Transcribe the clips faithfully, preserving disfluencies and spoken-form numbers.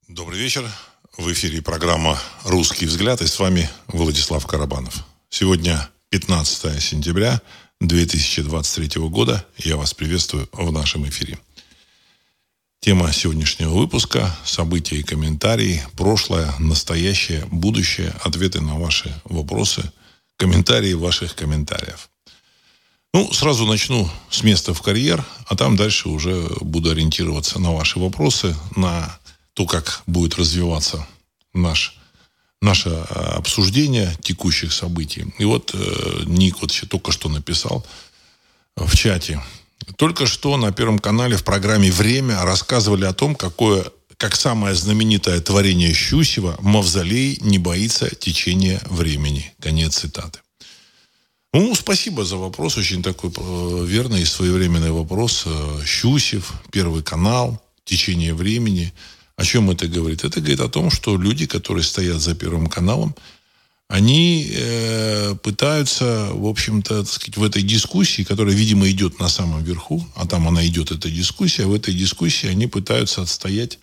Добрый вечер. В эфире программа «Русский взгляд» и с вами Владислав Карабанов. Сегодня пятнадцатое сентября две тысячи двадцать третьего года. Я вас приветствую в нашем эфире. Тема сегодняшнего выпуска – события и комментарии, прошлое, настоящее, будущее, ответы на ваши вопросы, комментарии ваших комментариев. Ну, сразу начну с места в карьер, а там дальше уже буду ориентироваться на ваши вопросы, на то, как будет развиваться наш, наше обсуждение текущих событий. И вот э, Ник вот еще только что написал в чате. Только что на Первом канале в программе «Время» рассказывали о том, какое, как самое знаменитое творение Щусева «Мавзолей не боится течения времени». Конец цитаты. Ну, спасибо за вопрос. Очень такой э, верный и своевременный вопрос. Щусев, Первый канал, течение времени. О чем это говорит? Это говорит о том, что люди, которые стоят за Первым каналом, они э, пытаются, в общем-то, так сказать, в этой дискуссии, которая, видимо, идет на самом верху, а там она идет, эта дискуссия, в этой дискуссии они пытаются отстоять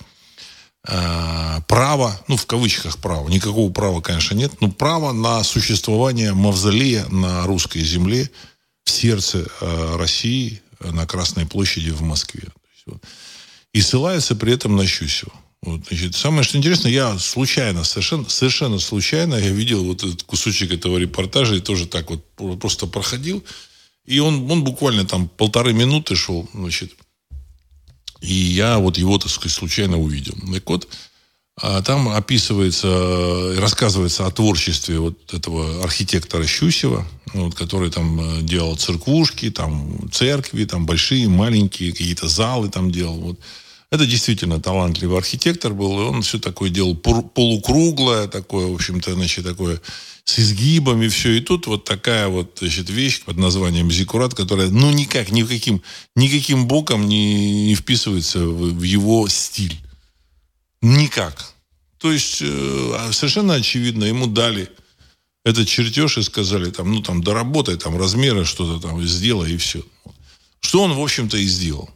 э, право, ну, в кавычках право, никакого права, конечно, нет, но право на существование мавзолея на русской земле в сердце э, России, на Красной площади в Москве. То есть, вот. И ссылается при этом на Щусева. Вот, значит, самое, что интересно, я случайно, совершенно, совершенно случайно, я видел вот этот кусочек этого репортажа и тоже так вот просто проходил. И он, он буквально там полторы минуты шел, значит, и я вот его, так сказать, случайно увидел. Так вот, а там описывается, рассказывается о творчестве вот этого архитектора Щусева, вот, который там делал церквушки, там церкви, там большие, маленькие, какие-то залы там делал. Вот. Это действительно талантливый архитектор был, и он все такое делал полукруглое, такое, в общем-то, значит, такое с изгибами, все. И тут вот такая вот, значит, вещь под названием зиккурат, которая, ну, никак, никаким, никаким боком не, не вписывается в, в его стиль. Никак. То есть, э, совершенно очевидно, ему дали этот чертеж и сказали, там, ну, там, доработай, там, размеры, что-то там, сделай, и все. Что он, в общем-то, и сделал.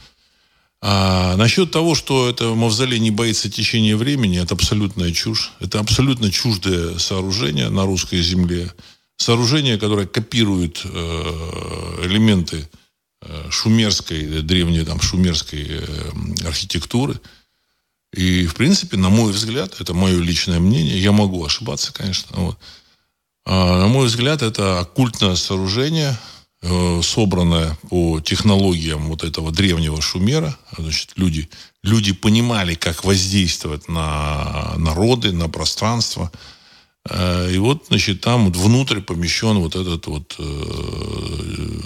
А насчет того, что это мавзолей не боится течения времени, это абсолютная чушь. Это абсолютно чуждое сооружение на русской земле. Сооружение, которое копирует э, элементы э, шумерской, древней там, шумерской э, архитектуры. И, в принципе, на мой взгляд, это мое личное мнение, я могу ошибаться, конечно, вот. А, на мой взгляд, это оккультное сооружение, э, собранное по технологиям вот этого древнего шумера. Значит, люди, люди понимали, как воздействовать на народы, на пространство. Э, и вот, значит, там вот внутрь помещен вот этот вот э,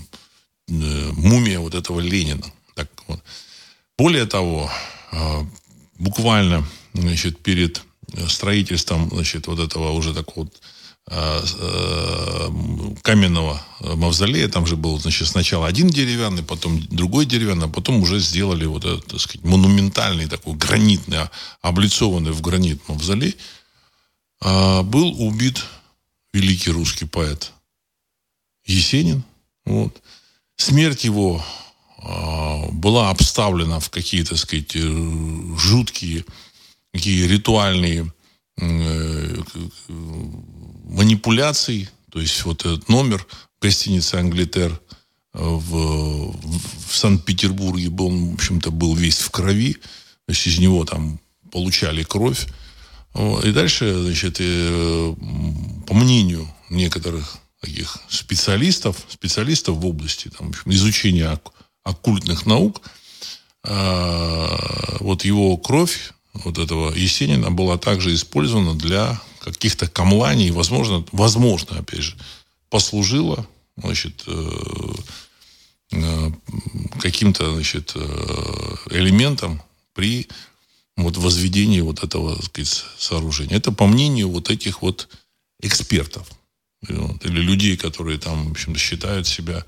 э, мумия вот этого Ленина. Так, вот. Более того, э, буквально, значит, перед строительством, значит, вот этого уже такого вот, э, э, каменного мавзолея, там же был, значит, сначала один деревянный, потом другой деревянный, а потом уже сделали вот этот, так сказать, монументальный такой гранитный, облицованный в гранит мавзолей. Э, был убит великий русский поэт Есенин. Вот. Смерть его была обставлена в какие-то, так сказать, жуткие, такие ритуальные э, манипуляции. То есть вот этот номер в гостинице «Англитер» в, в Санкт-Петербурге был, в общем-то, был весь в крови. То есть из него там получали кровь. И дальше, значит, э, по мнению некоторых таких специалистов, специалистов в области там, в общем, изучения оккультных наук, э, вот его кровь, вот этого Есенина, была также использована для каких-то камланий, возможно, возможно, опять же, послужила, значит, э, э, каким-то, значит, э, элементом при вот возведении вот этого, так сказать, сооружения. Это по мнению вот этих вот экспертов, вот, или людей, которые там, в общем-то, считают себя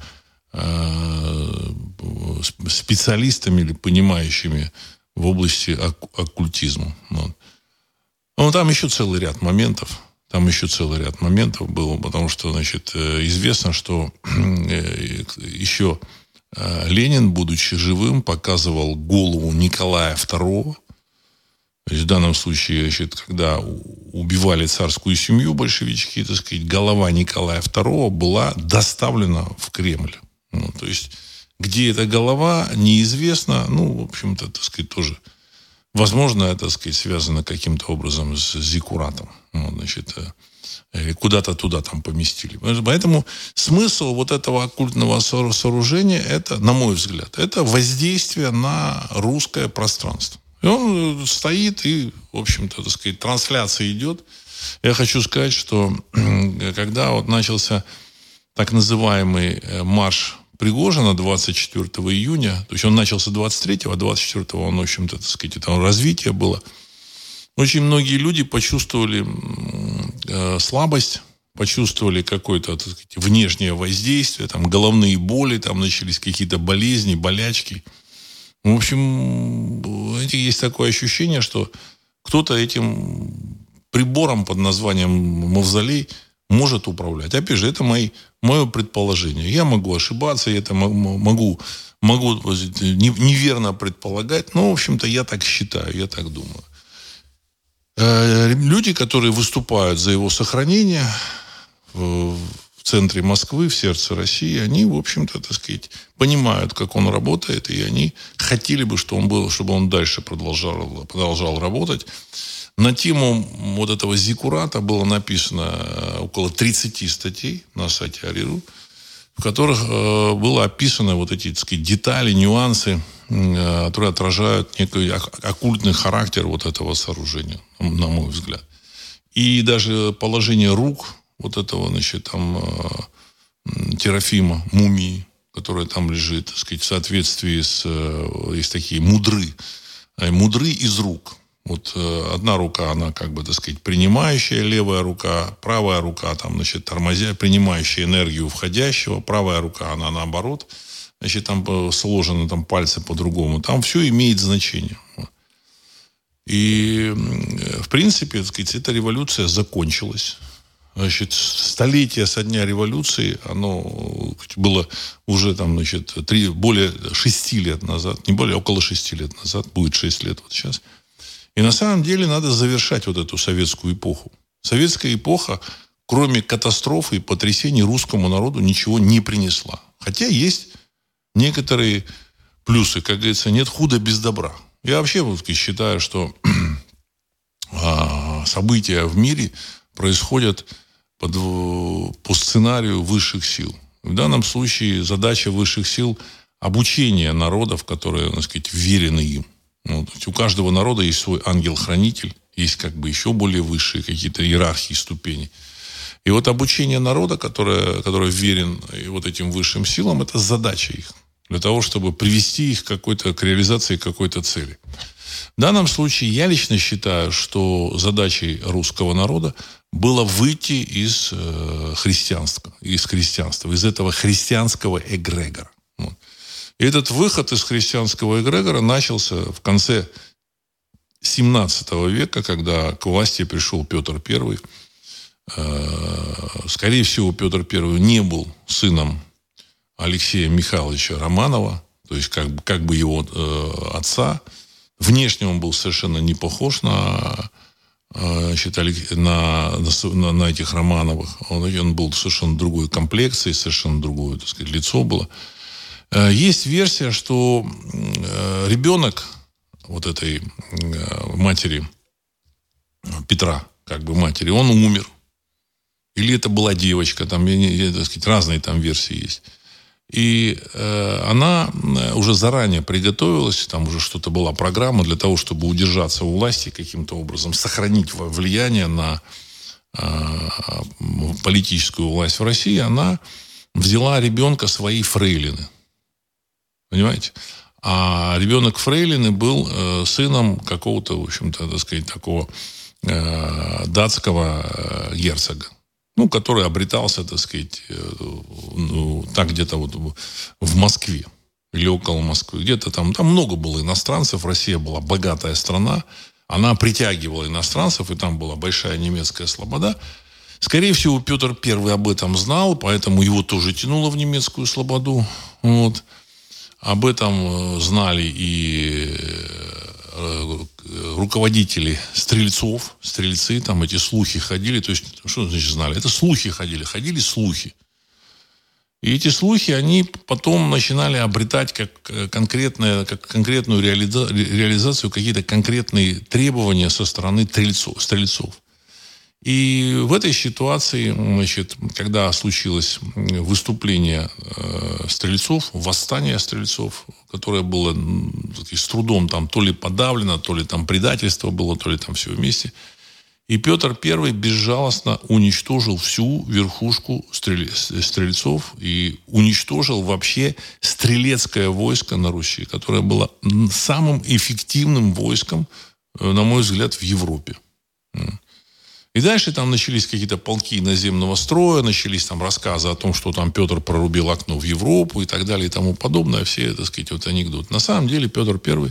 специалистами или понимающими в области оккультизма. Вот. Ну, там еще целый ряд моментов. Там еще целый ряд моментов было, потому что, значит, известно, что еще Ленин, будучи живым, показывал голову Николая второго. То есть в данном случае, значит, когда убивали царскую семью большевички, так сказать, голова Николая второго была доставлена в Кремль. Ну, то есть, где эта голова, неизвестно. Ну, в общем-то, так сказать, тоже, возможно, это, так сказать, связано каким-то образом с зиккуратом. Ну, значит, куда-то туда там поместили. Поэтому смысл вот этого оккультного сооружения, это, на мой взгляд, это воздействие на русское пространство. И он стоит, и, в общем-то, так сказать, трансляция идет. Я хочу сказать, что когда вот начался так называемый марш Пригожина двадцать четвёртого июня, то есть он начался двадцать третьего, а двадцать четвёртого он, в общем-то, так сказать, там развитие было. Очень многие люди почувствовали э, слабость, почувствовали какое-то, так сказать, внешнее воздействие, там головные боли, там начались какие-то болезни, болячки. В общем, знаете, есть такое ощущение, что кто-то этим прибором под названием мавзолей может управлять. Опять же, это мои, мое предположение. Я могу ошибаться, я это могу, могу неверно предполагать, но, в общем-то, я так считаю, я так думаю. Люди, которые выступают за его сохранение в центре Москвы, в сердце России, они, в общем-то, так сказать, понимают, как он работает, и они хотели бы, чтобы он, был, чтобы он дальше продолжал, продолжал работать. На тему вот этого зиккурата было написано около тридцати статей на сайте Ари.ру, в которых э, было описано вот эти, так сказать, детали, нюансы, э, которые отражают некий оккультный характер вот этого сооружения, на мой взгляд. И даже положение рук вот этого, значит, там э, Терафима, мумии, которая там лежит, так сказать, в соответствии с... Э, есть такие мудры. Э, мудры из рук. Вот э, одна рука, она, как бы, так сказать, принимающая, левая рука, правая рука, там, значит, тормозя, принимающая энергию входящего, правая рука, она наоборот, значит, там сложены там пальцы по-другому. Там все имеет значение. И, в принципе, так сказать, эта революция закончилась. Значит, столетие со дня революции, оно было уже там, значит, три, более шести лет назад, не более, около шести лет назад, будет шесть лет вот сейчас. И на самом деле надо завершать вот эту советскую эпоху. Советская эпоха, кроме катастрофы и потрясений, русскому народу ничего не принесла. Хотя есть некоторые плюсы, как говорится, нет худа без добра. Я вообще вот считаю, что события в мире происходят Под, по сценарию высших сил. В данном случае задача высших сил – обучение народов, которые, так сказать, верены им. Ну, то есть у каждого народа есть свой ангел-хранитель, есть как бы еще более высшие какие-то иерархии, ступени. И вот обучение народа, которое, которое верен вот этим высшим силам, это задача их. Для того, чтобы привести их к, какой-то, к реализации какой-то цели. В данном случае я лично считаю, что задачей русского народа было выйти из э, христианства, из христианства, из этого христианского эгрегора. Вот. И этот выход из христианского эгрегора начался в конце семнадцатого века, когда к власти пришел Петр Первый. Э, скорее всего, Петр Первый не был сыном Алексея Михайловича Романова, то есть как бы, как бы его э, отца. Внешне он был совершенно не похож на, значит, на, на, на этих Романовых. Он, он был совершенно другой комплекции, совершенно другое, так сказать, лицо было. Есть версия, что ребенок вот этой матери Петра, как бы матери, он умер. Или это была девочка, там, так сказать, разные там версии есть. И э, она уже заранее приготовилась, там уже что-то была программа для того, чтобы удержаться у власти каким-то образом, сохранить влияние на э, политическую власть в России. Она взяла ребенка своей фрейлины. Понимаете? А ребенок фрейлины был э, сыном какого-то, в общем-то, так сказать, такого э, датского э, герцога. Ну, который обретался, так сказать, ну, так где-то вот в Москве или около Москвы. Где-то там, там много было иностранцев. Россия была богатая страна. Она притягивала иностранцев, и там была большая немецкая слобода. Скорее всего, Петр Первый об этом знал, поэтому его тоже тянуло в немецкую слободу. Вот. Об этом знали и руководители стрельцов, стрельцы, там эти слухи ходили. То есть, что значит знали? Это слухи ходили, ходили слухи. И эти слухи, они потом начинали обретать как, конкретное, как конкретную реализа, реализацию, какие-то конкретные требования со стороны стрельцов. стрельцов. И в этой ситуации, значит, когда случилось выступление э, стрельцов, восстание стрельцов, которое было с трудом там то ли подавлено, то ли там предательство было, то ли там все вместе, и Петр Первый безжалостно уничтожил всю верхушку стрельцов и уничтожил вообще стрелецкое войско на Руси, которое было самым эффективным войском, на мой взгляд, в Европе. И дальше там начались какие-то полки наземного строя, начались там рассказы о том, что там Петр прорубил окно в Европу и так далее и тому подобное. Все, так сказать, вот анекдоты. На самом деле Петр Первый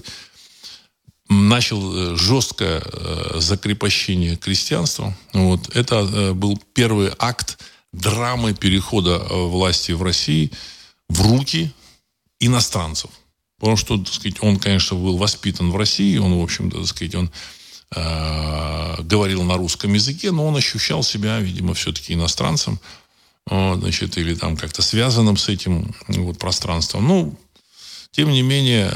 начал жесткое закрепощение крестьянства. Вот. Это был первый акт драмы перехода власти в России в руки иностранцев. Потому что, так сказать, он, конечно, был воспитан в России, он, в общем-то, так сказать, он э, говорил на русском языке, но он ощущал себя, видимо, все-таки иностранцем, вот, значит, или там как-то связанным с этим вот, пространством. Ну, тем не менее,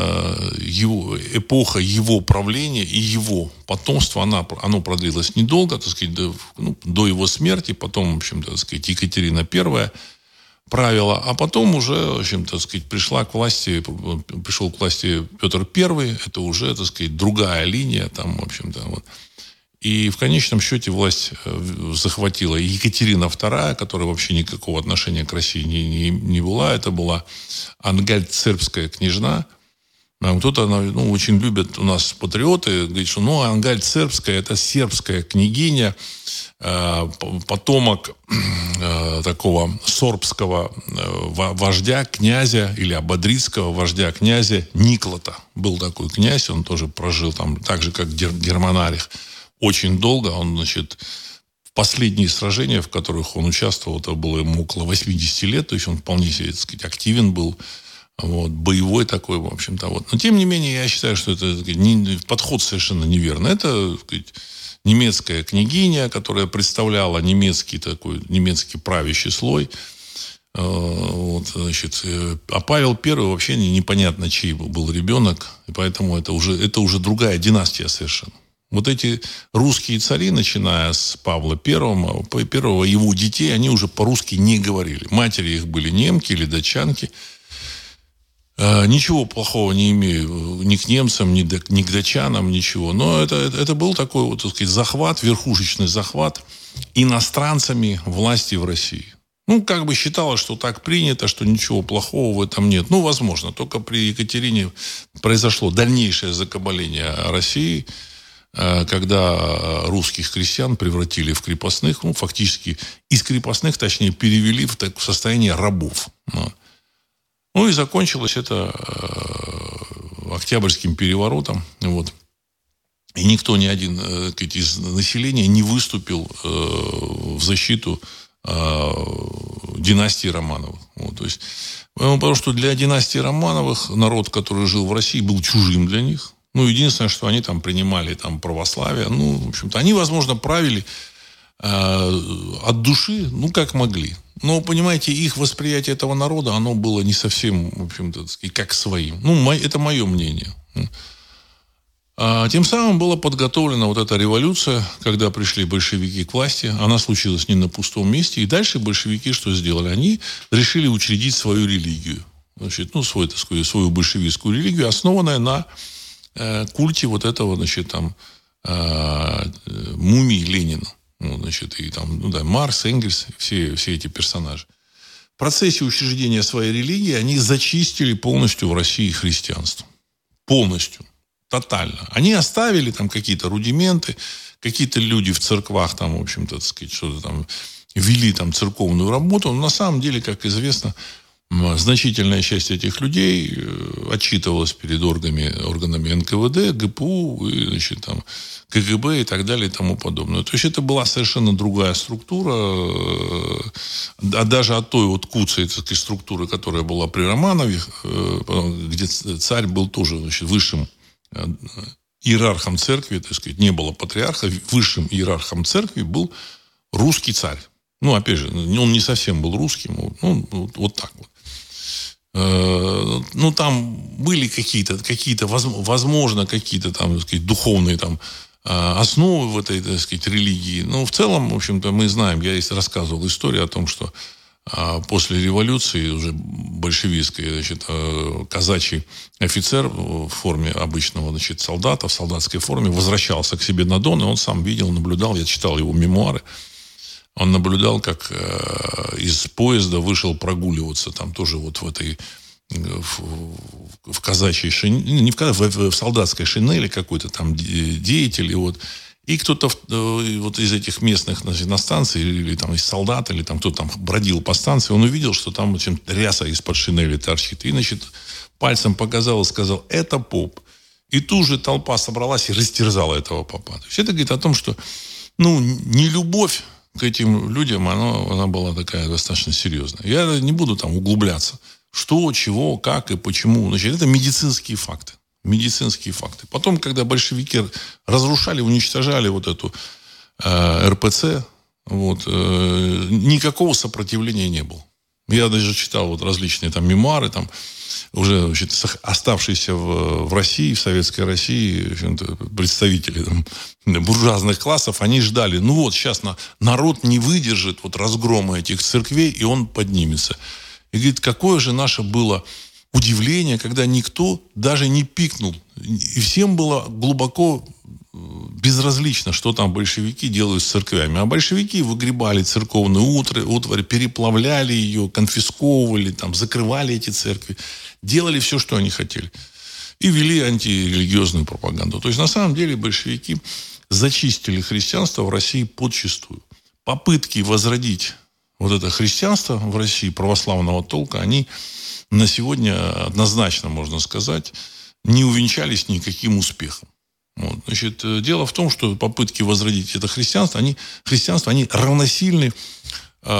его, эпоха его правления и его потомства, она, оно продлилось недолго, так сказать, до, ну, до его смерти. Потом, в общем-то, так сказать, Екатерина Первая правила, а потом уже, в общем-то, так сказать, пришла к власти, пришел к власти Петр Первый. Это уже, так сказать, другая линия, там, в общем-то, вот. И в конечном счете власть захватила Екатерина Вторая, которая вообще никакого отношения к России не, не, не была. Это была ангальцербская княжна. Кто-то, ну, очень любят у нас патриоты, говорит, что ну, ангальцербская – это сербская княгиня, потомок такого сорбского вождя, князя, или ободрицкого вождя, князя Никлота. Был такой князь, он тоже прожил там, так же, как Германарих, очень долго. Он, значит, в последние сражения, в которых он участвовал, это было ему около восьмидесяти лет, то есть он вполне, так сказать, активен был, вот, боевой такой, в общем-то. Вот. Но, тем не менее, я считаю, что это, так сказать, не, подход совершенно неверный. Это, так сказать, немецкая княгиня, которая представляла немецкий такой, немецкий правящий слой. Вот, значит, а Павел Первый вообще непонятно, чей был ребенок, и поэтому это уже, это уже другая династия совершенно. Вот эти русские цари, начиная с Павла Первого, Первого, его детей, они уже по-русски не говорили. Матери их были немки или датчанки. Ничего плохого не имею ни к немцам, ни, до, ни к датчанам, ничего. Но это, это, это был такой, вот, так сказать, захват, верхушечный захват иностранцами власти в России. Ну, как бы считалось, что так принято, что ничего плохого в этом нет. Ну, возможно, только при Екатерине произошло дальнейшее закабаление России, когда русских крестьян превратили в крепостных, ну, фактически из крепостных, точнее, перевели в, так, в состояние рабов. Ну, и закончилось это Октябрьским переворотом. Вот. И никто, ни один из населения не выступил в защиту династии Романовых. Вот, то есть, потому что для династии Романовых народ, который жил в России, был чужим для них. Ну, единственное, что они там принимали там, православие. Ну, в общем-то, они, возможно, правили э, от души, ну, как могли. Но, понимаете, их восприятие этого народа, оно было не совсем, в общем-то, так сказать, как своим. Ну, мо- это мое мнение. А, тем самым была подготовлена вот эта революция, когда пришли большевики к власти. Она случилась не на пустом месте. И дальше большевики что сделали? Они решили учредить свою религию. Значит, ну, свой, так сказать, свою большевистскую религию, основанную на э, культе вот этого, значит, там, э, мумии Ленина. Ну, значит, и там, ну да, Маркс, Энгельс, все, все эти персонажи. В процессе учреждения своей религии они зачистили полностью в России христианство. Полностью. Тотально. Они оставили там какие-то рудименты, какие-то люди в церквах там, в общем-то, так сказать, что-то там вели там церковную работу. Но на самом деле, как известно, значительная часть этих людей отчитывалась перед органами, органами эн ка вэ дэ, гэ пэ у, и, значит, там, ка гэ бэ и так далее и тому подобное. То есть это была совершенно другая структура, а даже от той вот куцейской структуры, которая была при Романове, где царь был тоже, значит, высшим иерархом церкви, так сказать, не было патриарха, высшим иерархом церкви был русский царь. Ну, опять же, он не совсем был русским, ну, вот, вот так вот. Ну, там были какие-то, какие-то возможно, какие-то там, так сказать, духовные там основы в этой, так сказать, религии. Но в целом, в общем-то, мы знаем, я рассказывал историю о том, что после революции, уже большевистской, значит, казачий офицер в форме обычного, значит, солдата, в солдатской форме, возвращался к себе на Дон, и он сам видел, наблюдал, я читал его мемуары, он наблюдал, как из поезда вышел прогуливаться, там тоже вот в этой, в, в казачьей шинели, не в, в, в солдатской шинели какой-то там деятель, и вот и кто-то вот из этих местных, значит, на станции, или там из солдат, или там кто-то там бродил по станции, он увидел, что там очень ряса из-под шинели торчит. И, значит, пальцем показал и сказал: это поп. И тут же толпа собралась и растерзала этого попа. То есть это говорит о том, что, ну, не любовь к этим людям, она, она была такая достаточно серьезная. Я не буду там углубляться. Что, чего, как и почему. Значит, это медицинские факты. Медицинские факты. Потом, когда большевики разрушали, уничтожали вот эту э, эр пэ цэ, вот, э, никакого сопротивления не было. Я даже читал вот различные там мемуары, там, уже, значит, оставшиеся в, в России, в Советской России, представители там, буржуазных классов, они ждали, ну вот, сейчас на, народ не выдержит вот разгрома этих церквей, и он поднимется. И говорит, какое же наше было удивление, когда никто даже не пикнул. И всем было глубоко безразлично, что там большевики делают с церквями. А большевики выгребали церковную утварь, переплавляли ее, конфисковывали, там, закрывали эти церкви, делали все, что они хотели. И вели антирелигиозную пропаганду. То есть, на самом деле, большевики зачистили христианство в России подчистую. Попытки возродить вот это христианство в России, православного толка, они на сегодня однозначно, можно сказать, не увенчались никаким успехом. Вот. Значит, дело в том, что попытки возродить это христианство, они, христианство, они равносильны, э,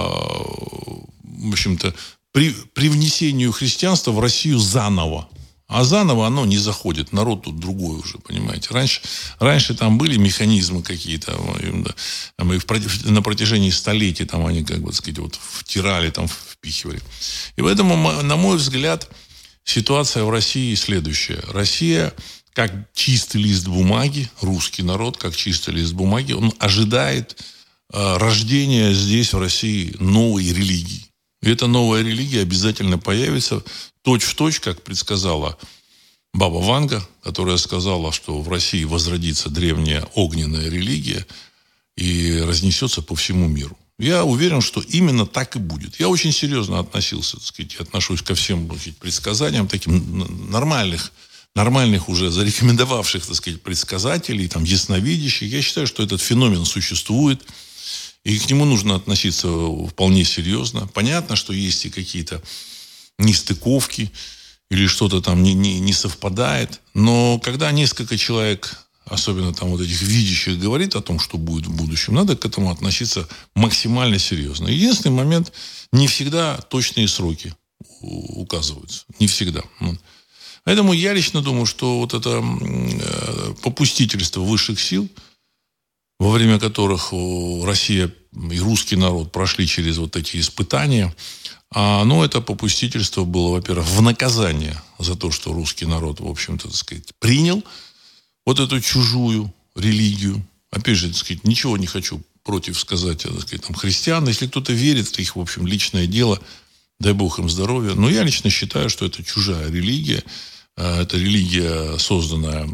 в общем-то, при, при внесению христианства в Россию заново. А заново оно не заходит. Народ тут другой уже, понимаете. Раньше, раньше там были механизмы какие-то. Там, и в, на протяжении столетий там они, как бы, так сказать, вот, втирали, там, впихивали. И поэтому, на мой взгляд, ситуация в России следующая. Россия, как чистый лист бумаги, русский народ, как чистый лист бумаги, он ожидает э, рождения здесь, в России, новой религии. И эта новая религия обязательно появится точь-в-точь, как предсказала Баба Ванга, которая сказала, что в России возродится древняя огненная религия и разнесется по всему миру. Я уверен, что именно так и будет. Я очень серьезно относился, так сказать, отношусь ко всем, так сказать, предсказаниям, таким нормальных, нормальных уже зарекомендовавших, так сказать, предсказателей, там, ясновидящих. Я считаю, что этот феномен существует. И к нему нужно относиться вполне серьезно. Понятно, что есть и какие-то нестыковки, или что-то там не, не, не совпадает. Но когда несколько человек, особенно там вот этих видящих, говорит о том, что будет в будущем, надо к этому относиться максимально серьезно. Единственный момент, не всегда точные сроки указываются. Не всегда. Поэтому я лично думаю, что вот это попустительство высших сил, во время которых Россия и русский народ прошли через вот эти испытания, а, ну, это попустительство было, во-первых, в наказание за то, что русский народ, в общем-то, так сказать, принял вот эту чужую религию. Опять же, так сказать, ничего не хочу против сказать, так сказать, там, христиан. Если кто-то верит, это их, в общем, личное дело, дай Бог им здоровья. Но я лично считаю, что это чужая религия. Это религия, созданная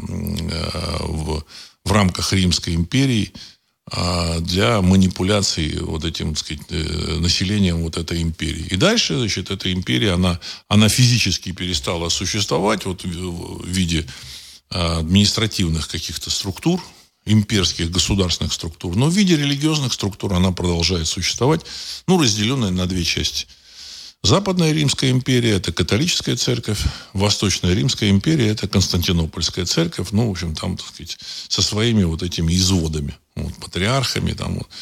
в, в рамках Римской империи, для манипуляции вот этим, так сказать, населением вот этой империи. И дальше, значит, эта империя, она, она физически перестала существовать вот в виде административных каких-то структур, имперских государственных структур, но в виде религиозных структур она продолжает существовать, ну, разделенная на две части. Западная Римская империя – это католическая церковь, Восточная Римская империя – это Константинопольская церковь, ну, в общем, там, так сказать, со своими вот этими изводами, вот, патриархами. Там, вот.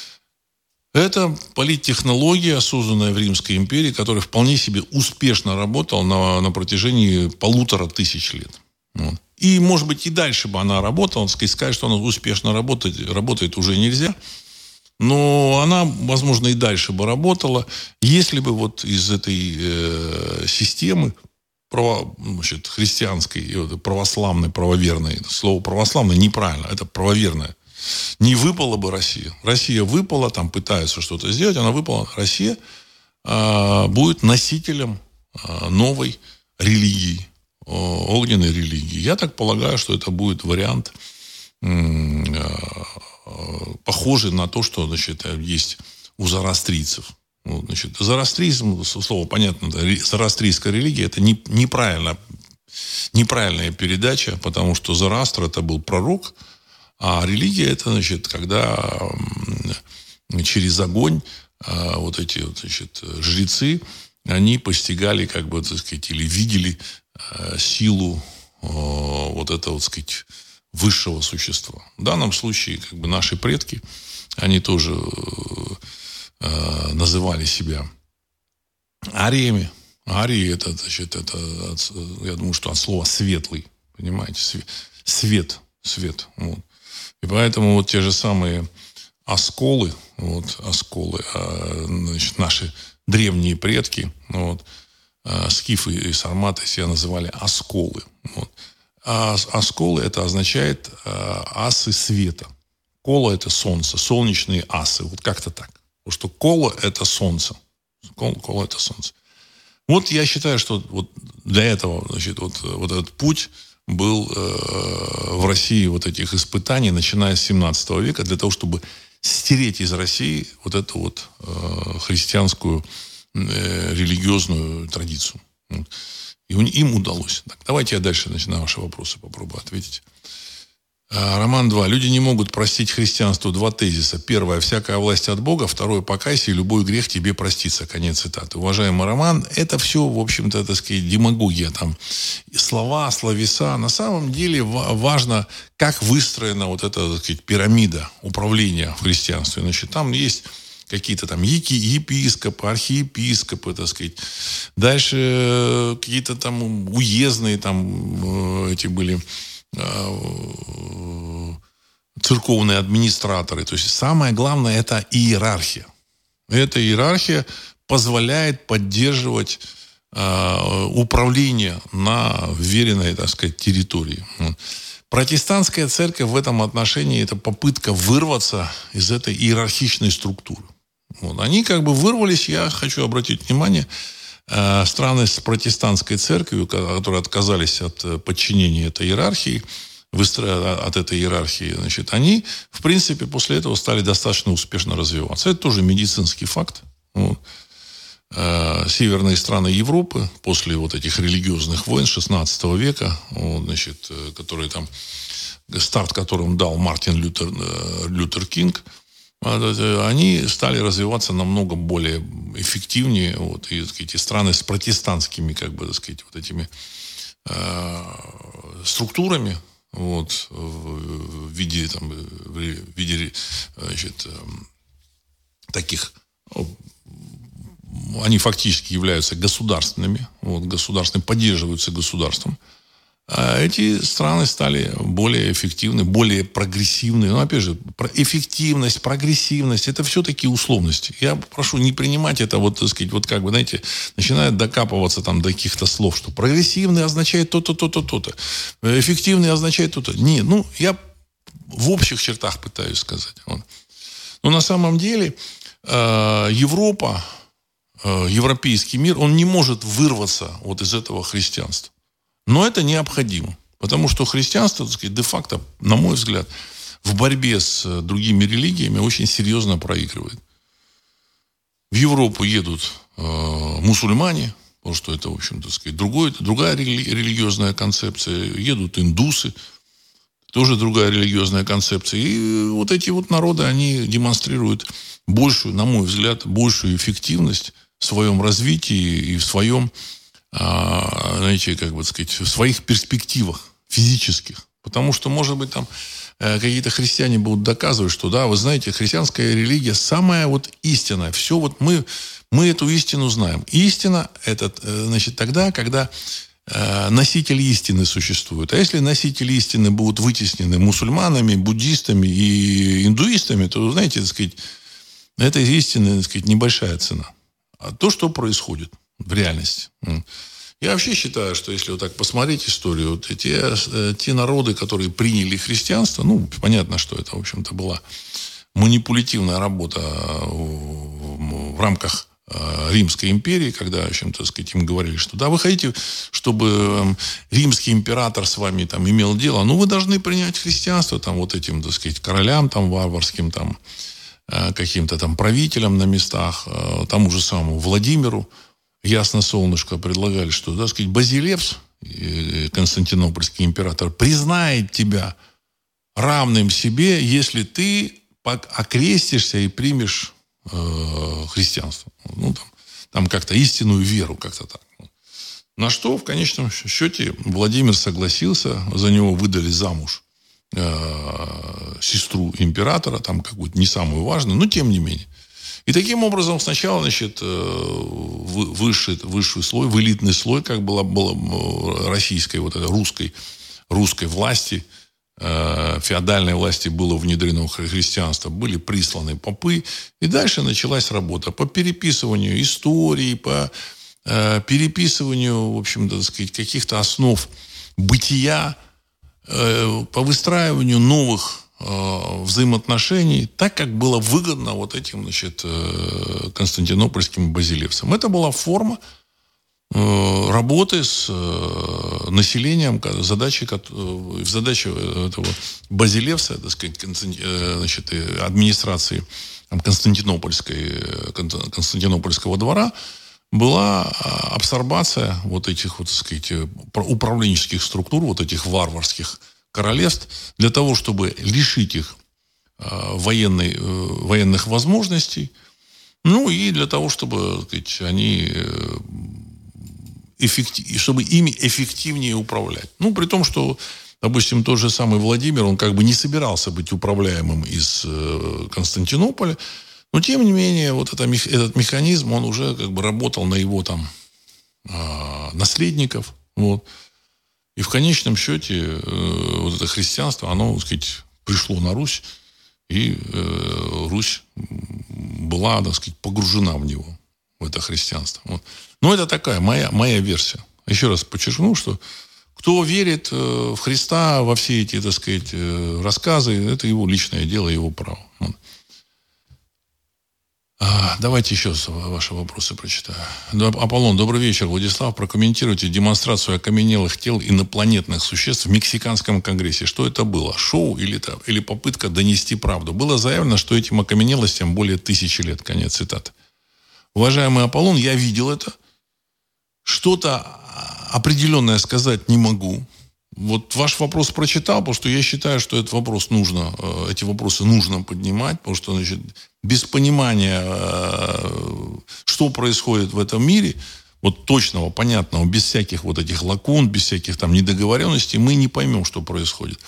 Это политтехнология, созданная в Римской империи, которая вполне себе успешно работала на, на протяжении полутора тысяч лет. Вот. И, может быть, и дальше бы она работала. Сказать, что она успешно работает, работает уже нельзя. Но она, возможно, и дальше бы работала, если бы вот из этой э, системы право, значит, христианской, православной, правоверной, слово православное неправильно, это правоверное, не выпала бы Россия. Россия выпала, там пытаются что-то сделать, она выпала. Россия э, будет носителем э, новой религии, э, огненной религии. Я так полагаю, что это будет вариант э, похожий на то, что, значит, есть у зороастрийцев. Вот, значит, зороастризм, слово понятно, да, зороастрийская религия, это не, неправильно, неправильная передача, потому что Зороастр это был пророк, а религия это, значит, когда через огонь вот эти, вот, значит, жрецы, они постигали, как бы, так сказать, или видели силу вот этого, так сказать, высшего существа. В данном случае, как бы, наши предки, они тоже э, называли себя ариями. Арии это, значит, это, я думаю, что от слова светлый, понимаете, свет, свет, свет. Вот. И поэтому вот те же самые осколы, вот, осколы, э, значит, наши древние предки, вот, э, скифы и сарматы себя называли осколы. Вот. А асколы это означает э, асы света. Кола это солнце, солнечные асы. Вот как-то так. Потому что кола это солнце. Кола, кола это солнце. Вот я считаю, что вот для этого, значит, вот, вот этот путь был э, в России вот этих испытаний, начиная с семнадцатого века, для того, чтобы стереть из России вот эту вот э, христианскую э, религиозную традицию. Вот. И им удалось. Так, давайте я дальше, значит, на ваши вопросы попробую ответить. Роман два. Люди не могут простить христианству два тезиса. Первое. Всякая власть от Бога. Второе. Покайся, и любой грех тебе простится. Конец цитаты. Уважаемый Роман, это все, в общем-то, так сказать, демагогия. Там слова, словеса. На самом деле важно, как выстроена вот эта, так сказать, пирамида управления в христианстве. Значит, там есть какие-то там епископы, архиепископы, так сказать. Дальше какие-то там уездные там эти были церковные администраторы. То есть самое главное это иерархия. Эта иерархия позволяет поддерживать э, управление на вверенной, так сказать, территории. Протестантская церковь в этом отношении это попытка вырваться из этой иерархичной структуры. Вот. Они как бы вырвались, я хочу обратить внимание, э, страны с протестантской церковью, которые отказались от подчинения этой иерархии, от этой иерархии, значит, они, в принципе, после этого стали достаточно успешно развиваться. Это тоже медицинский факт. Вот. Э, северные страны Европы после вот этих религиозных войн шестнадцатого века, вот, значит, которые там, старт которым дал Мартин Лютер, Лютер Кинг, они стали развиваться намного более эффективнее. Вот, и, так сказать, и страны с протестантскими, как бы, так сказать, вот этими э, структурами, вот, в виде, там, в виде, значит, таких, они фактически являются государственными, вот, государственными, поддерживаются государством. А эти страны стали более эффективны, более прогрессивны. Но, опять же, эффективность, прогрессивность – это все такие условности. Я прошу не принимать это, вот, так сказать, вот как бы, знаете, начинают докапываться там до каких-то слов, что прогрессивный означает то-то, то-то, то-то. Эффективный означает то-то. Нет, ну, я в общих чертах пытаюсь сказать. Вот. Но на самом деле э, Европа, э, европейский мир, он не может вырваться вот из этого христианства. Но это необходимо, потому что христианство, так сказать, де-факто, на мой взгляд, в борьбе с другими религиями очень серьезно проигрывает. В Европу едут э, мусульмане, потому что это, в общем, так сказать, другой, другая рели- религиозная концепция. Едут индусы, тоже другая религиозная концепция. И вот эти вот народы, они демонстрируют большую, на мой взгляд, большую эффективность в своем развитии и в своем, знаете, как бы сказать, в своих перспективах физических. Потому что, может быть, там какие-то христиане будут доказывать, что, да, вы знаете, христианская религия самая вот истинная. Все вот мы, мы эту истину знаем. Истина это, значит, тогда, когда носитель истины существует. А если носители истины будут вытеснены мусульманами, буддистами и индуистами, то, знаете, так сказать, этой истины, так сказать, небольшая цена. А то, что происходит в реальности. Я вообще считаю, что если вот так посмотреть историю, вот те, те народы, которые приняли христианство, ну, понятно, что это, в общем-то, была манипулятивная работа в рамках Римской империи, когда, в общем-то, так сказать, им говорили, что да, вы хотите, чтобы римский император с вами там имел дело, ну, вы должны принять христианство там вот этим, так сказать, королям там варварским, там каким-то там правителям на местах, тому же самому Владимиру Ясно Солнышко предлагали, что, так сказать, Базилевс, константинопольский император, признает тебя равным себе, если ты окрестишься и примешь э, христианство. Ну, там, там как-то истинную веру, как-то так. На что в конечном счете Владимир согласился, за него выдали замуж э, сестру императора, там какую-то не самую важную, но тем не менее. И таким образом сначала, значит, высший, высший слой, в элитный слой, как была, была российской, вот этой русской, русской власти, феодальной власти было внедрено христианство, были присланы попы, и дальше началась работа по переписыванию истории, по переписыванию, в общем-то, так сказать, каких-то основ бытия, по выстраиванию новых взаимоотношений, так, как было выгодно вот этим, значит, константинопольским базилевсам. Это была форма работы с населением, задачи, задача этого базилевса, так сказать, значит, администрации Константинопольской, Константинопольского двора была абсорбация вот этих, вот, так сказать, управленческих структур, вот этих варварских королевств, для того, чтобы лишить их э, военной, э, военных возможностей, ну и для того, чтобы, так сказать, они э, эффектив, чтобы ими эффективнее управлять. Ну, при том, что, допустим, тот же самый Владимир, он как бы не собирался быть управляемым из э, Константинополя, но, тем не менее, вот это, этот механизм, он уже как бы работал на его там э, наследников, вот. И в конечном счете э, вот это христианство, оно, так сказать, пришло на Русь, и э, Русь была, так сказать, погружена в него, в это христианство. Вот. Но это такая моя, моя версия. Еще раз подчеркну, что кто верит э, в Христа, во все эти, так сказать, э, рассказы, это его личное дело, его право. Вот. Давайте еще ваши вопросы прочитаю. Аполлон, добрый вечер. Владислав, прокомментируйте демонстрацию окаменелых тел инопланетных существ в Мексиканском конгрессе. Что это было? Шоу или, или попытка донести правду? Было заявлено, что этим окаменелостям более тысячи лет. Конец цитаты. Уважаемый Аполлон, я видел это. Что-то определенное сказать не могу. Вот ваш вопрос прочитал, потому что я считаю, что этот вопрос нужно, эти вопросы нужно поднимать, потому что, значит, без понимания, что происходит в этом мире, вот точного, понятного, без всяких вот этих лакун, без всяких там недоговоренностей, мы не поймем, что происходит.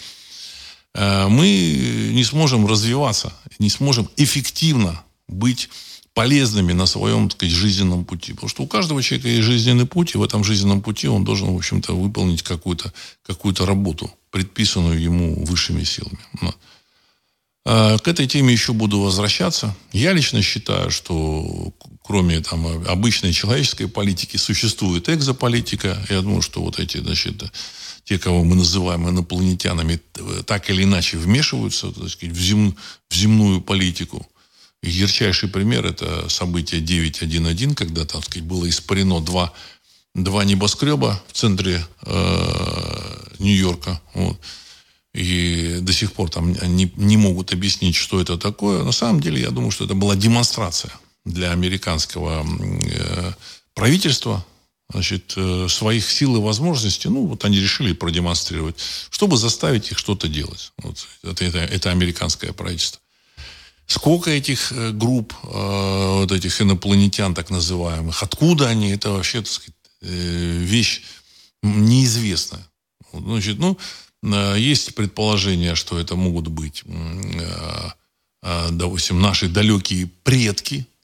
Мы не сможем развиваться, не сможем эффективно быть полезными на своем, так сказать, жизненном пути. Потому что у каждого человека есть жизненный путь, и в этом жизненном пути он должен, в общем-то, выполнить какую-то, какую-то работу, предписанную ему высшими силами. К этой теме еще буду возвращаться. Я лично считаю, что кроме там, обычной человеческой политики существует экзополитика. Я думаю, что вот эти, значит, те, кого мы называем инопланетянами, так или иначе вмешиваются, так сказать, в, зем, в земную политику. И ярчайший пример – это событие девять одиннадцать, когда, так сказать, было испарено два, два небоскреба в центре э, Нью-Йорка. Вот. И до сих пор там не, не могут объяснить, что это такое. На самом деле, я думаю, что это была демонстрация для американского э, правительства, значит, э, своих сил и возможностей. Ну, вот они решили продемонстрировать, чтобы заставить их что-то делать. Вот. Это, это, это американское правительство. Сколько этих групп, э, вот этих инопланетян, так называемых, откуда они, это вообще, так сказать, э, вещь неизвестная. Значит, ну, э, есть предположение, что это могут быть, э, э, допустим, наши далекие предки,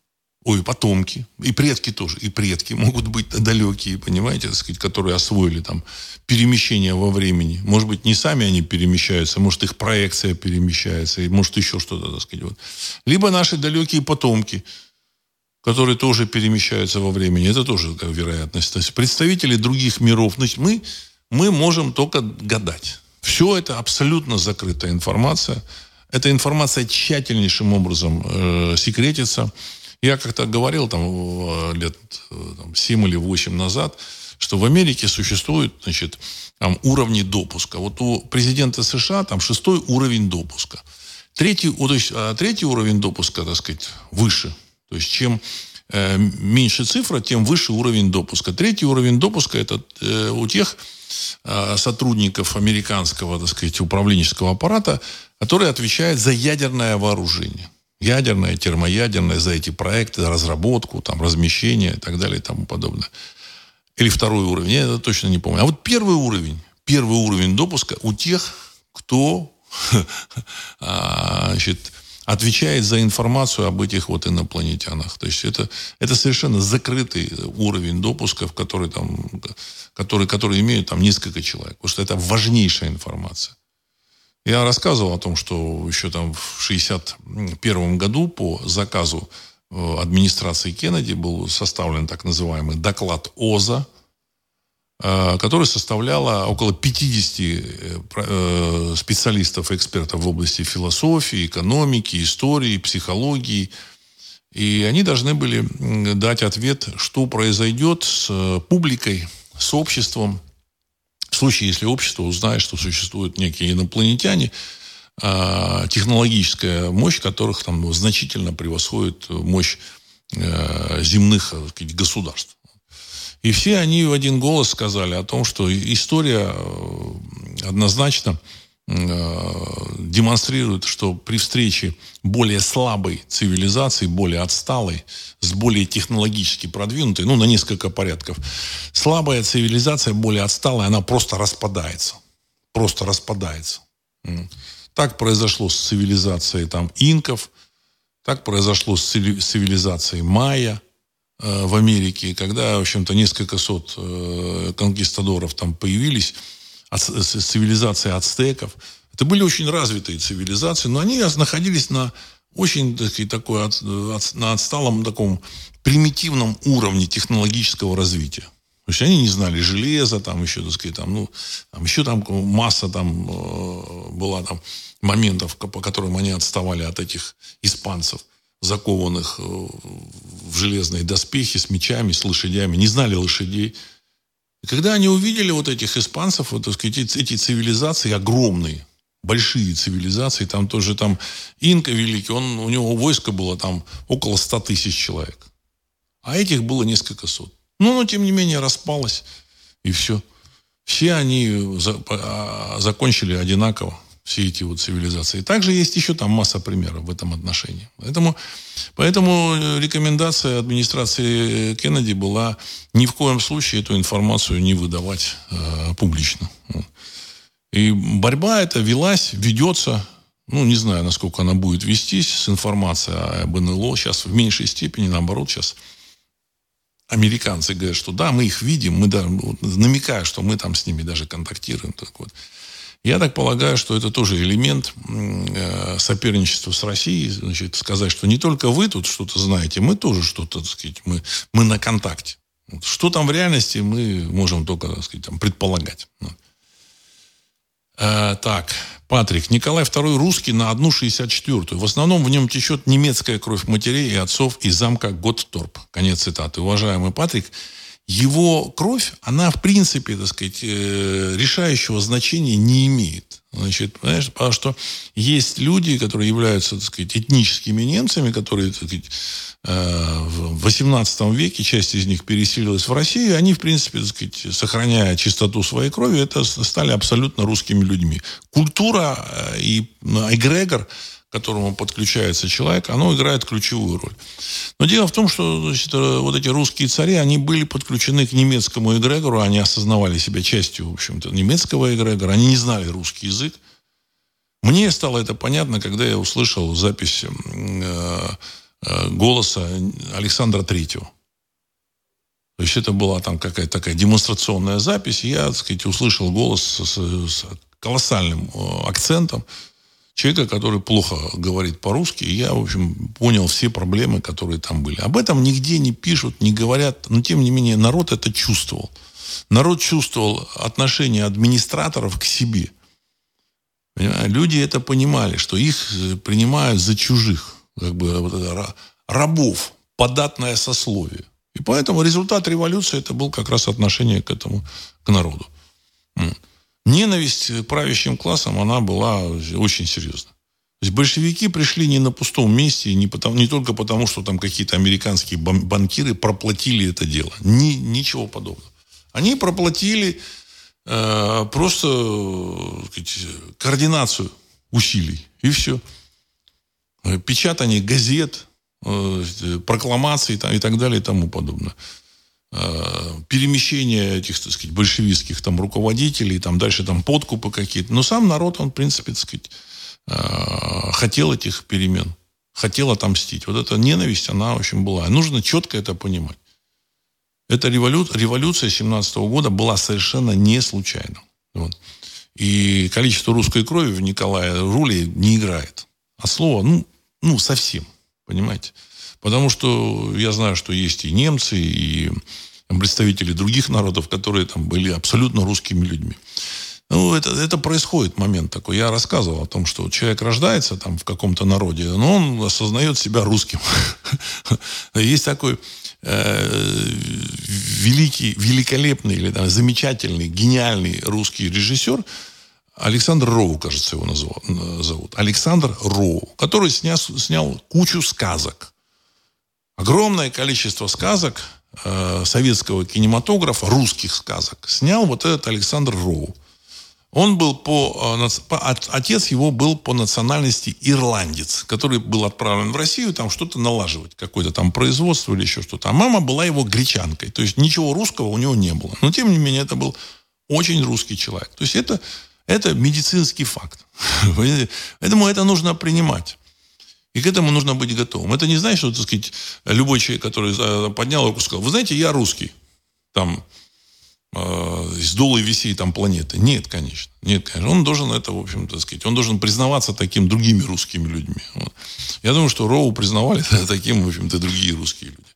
Ой, потомки, и предки тоже, и предки могут быть далекие, понимаете, так сказать, которые освоили там перемещение во времени. Может быть, не сами они перемещаются, может, их проекция перемещается, и может, еще что-то, так сказать. Вот. Либо наши далекие потомки, которые тоже перемещаются во времени. Это тоже как вероятность. То есть представители других миров. Значит, мы, мы можем только гадать. Все это абсолютно закрытая информация. Эта информация тщательнейшим образом э, секретится. Я как-то говорил там, лет там, семь или восемь назад, что в Америке существуют, значит, там, уровни допуска. Вот у президента США там шестой уровень допуска. Третий, то есть, а третий уровень допуска, так сказать, выше. То есть чем э, меньше цифра, тем выше уровень допуска. Третий уровень допуска это э, у тех э, сотрудников американского, так сказать, управленческого аппарата, которые отвечают за ядерное вооружение. Ядерное, термоядерное, за эти проекты, разработку, там, размещение и так далее и тому подобное. Или второй уровень, я это точно не помню. А вот первый уровень, первый уровень допуска у тех, кто значит, отвечает за информацию об этих вот инопланетянах. То есть это, это совершенно закрытый уровень допуска, в который, там, который, который имеют там несколько человек. Потому что это важнейшая информация. Я рассказывал о том, что еще там в шестьдесят первом году по заказу администрации Кеннеди был составлен так называемый доклад ОЗА, который составляло около пятьдесят специалистов и экспертов в области философии, экономики, истории, психологии. И они должны были дать ответ, что произойдет с публикой, с обществом, в случае, если общество узнает, что существуют некие инопланетяне, технологическая мощь которых там значительно превосходит мощь земных, так сказать, государств. И все они в один голос сказали о том, что история однозначно демонстрирует, что при встрече более слабой цивилизации, более отсталой, с более технологически продвинутой, ну, на несколько порядков, слабая цивилизация, более отсталая, она просто распадается. Просто распадается. Так произошло с цивилизацией там, инков, так произошло с цивилизацией майя э, в Америке, когда, в общем-то, несколько сот э, конкистадоров там появились, с цивилизацией ацтеков. Это были очень развитые цивилизации, но они находились на очень таки, такой, от, от, на отсталом таком примитивном уровне технологического развития. То есть они не знали железа, там еще, так сказать, там, ну, там еще там масса там э, была там моментов, по которым они отставали от этих испанцев, закованных э, в железные доспехи, с мечами, с лошадями, не знали лошадей. И когда они увидели вот этих испанцев, вот, так сказать, эти цивилизации огромные, большие цивилизации, там тоже там инка великий, он, у него войско было там около ста тысяч человек. А этих было несколько сот. Ну, но тем не менее распалось, и все. Все они за, а, закончили одинаково, все эти вот цивилизации. Также есть еще там масса примеров в этом отношении. Поэтому, поэтому рекомендация администрации Кеннеди была ни в коем случае эту информацию не выдавать э, публично. И борьба эта велась, ведется, ну, не знаю, насколько она будет вестись с информацией об эн эл о. Сейчас в меньшей степени, наоборот, сейчас американцы говорят, что да, мы их видим, мы да, вот, намекая, что мы там с ними даже контактируем. Так вот. Я так полагаю, что это тоже элемент э, соперничества с Россией. Значит, сказать, что не только вы тут что-то знаете, мы тоже что-то, так сказать, мы, мы на контакте. Вот. Что там в реальности, мы можем только, так сказать, там, предполагать. Э, так, Патрик. Николай второй русский на одну шестьдесят четвёртую. В основном в нем течет немецкая кровь матерей и отцов из замка Готтторп. Конец цитаты. Уважаемый Патрик, его кровь, она, в принципе, так сказать, решающего значения не имеет. Значит, понимаешь, потому что есть люди, которые являются, так сказать, этническими немцами, которые, так сказать, в восемнадцатом веке, часть из них переселилась в Россию, они, в принципе, так сказать, сохраняя чистоту своей крови, это стали абсолютно русскими людьми. Культура и эгрегор, к которому подключается человек, оно играет ключевую роль. Но дело в том, что, значит, вот эти русские цари, они были подключены к немецкому эгрегору, они осознавали себя частью, в общем-то, немецкого эгрегора, они не знали русский язык. Мне стало это понятно, когда я услышал запись э, голоса Александра Третьего. То есть это была там какая-то такая демонстрационная запись. И я, так сказать, услышал голос с, с колоссальным акцентом человека, который плохо говорит по-русски. И я, в общем, понял все проблемы, которые там были. Об этом нигде не пишут, не говорят. Но, тем не менее, народ это чувствовал. Народ чувствовал отношение администраторов к себе. Понимаете? Люди это понимали, что их принимают за чужих. Как бы вот это, рабов, податное сословие. И поэтому результат революции это был как раз отношение к этому, к народу. Ненависть к правящим классам, она была очень серьезна. То есть большевики пришли не на пустом месте, не, потому, не только потому, что там какие-то американские банкиры проплатили это дело. Ни, ничего подобного. Они проплатили э, просто э, сказать, координацию усилий. И все. Печатание газет, прокламаций там, и так далее и тому подобное. Перемещение этих, так сказать, большевистских там руководителей, там дальше там подкупы какие-то. Но сам народ, он, в принципе, так сказать, хотел этих перемен, хотел отомстить. Вот эта ненависть, она, в общем, была. Нужно четко это понимать. Эта револю... революция семнадцатого года была совершенно не случайна. Вот. И количество русской крови в Николае роли не играет. А слово, ну, ну совсем. Понимаете? Потому что я знаю, что есть и немцы, и представители других народов, которые там были абсолютно русскими людьми. Ну, это, это происходит момент такой. Я рассказывал о том, что человек рождается там в каком-то народе, но он осознает себя русским. Есть такой великий, великолепный, или там, замечательный, гениальный русский режиссер Александр Роу, кажется, его зовут. Александр Роу, который снял, снял кучу сказок. Огромное количество сказок э, советского кинематографа, русских сказок, снял вот этот Александр Роу. Он был по, по... Отец его был по национальности ирландец, который был отправлен в Россию там что-то налаживать, какое-то там производство или еще что-то. А мама была его гречанкой. То есть ничего русского у него не было. Но, тем не менее, это был очень русский человек. То есть это... Это медицинский факт. Поэтому это нужно принимать. И к этому нужно быть готовым. Это не значит, что, так сказать, любой человек, который поднял руку и сказал, вы знаете, я русский. Там, э, из долой весей там планеты. Нет, конечно. Нет, конечно. Он должен это, в общем, так сказать, он должен признаваться таким другими русскими людьми. Вот. Я думаю, что Роу признавали таким, в общем-то, другие русские люди.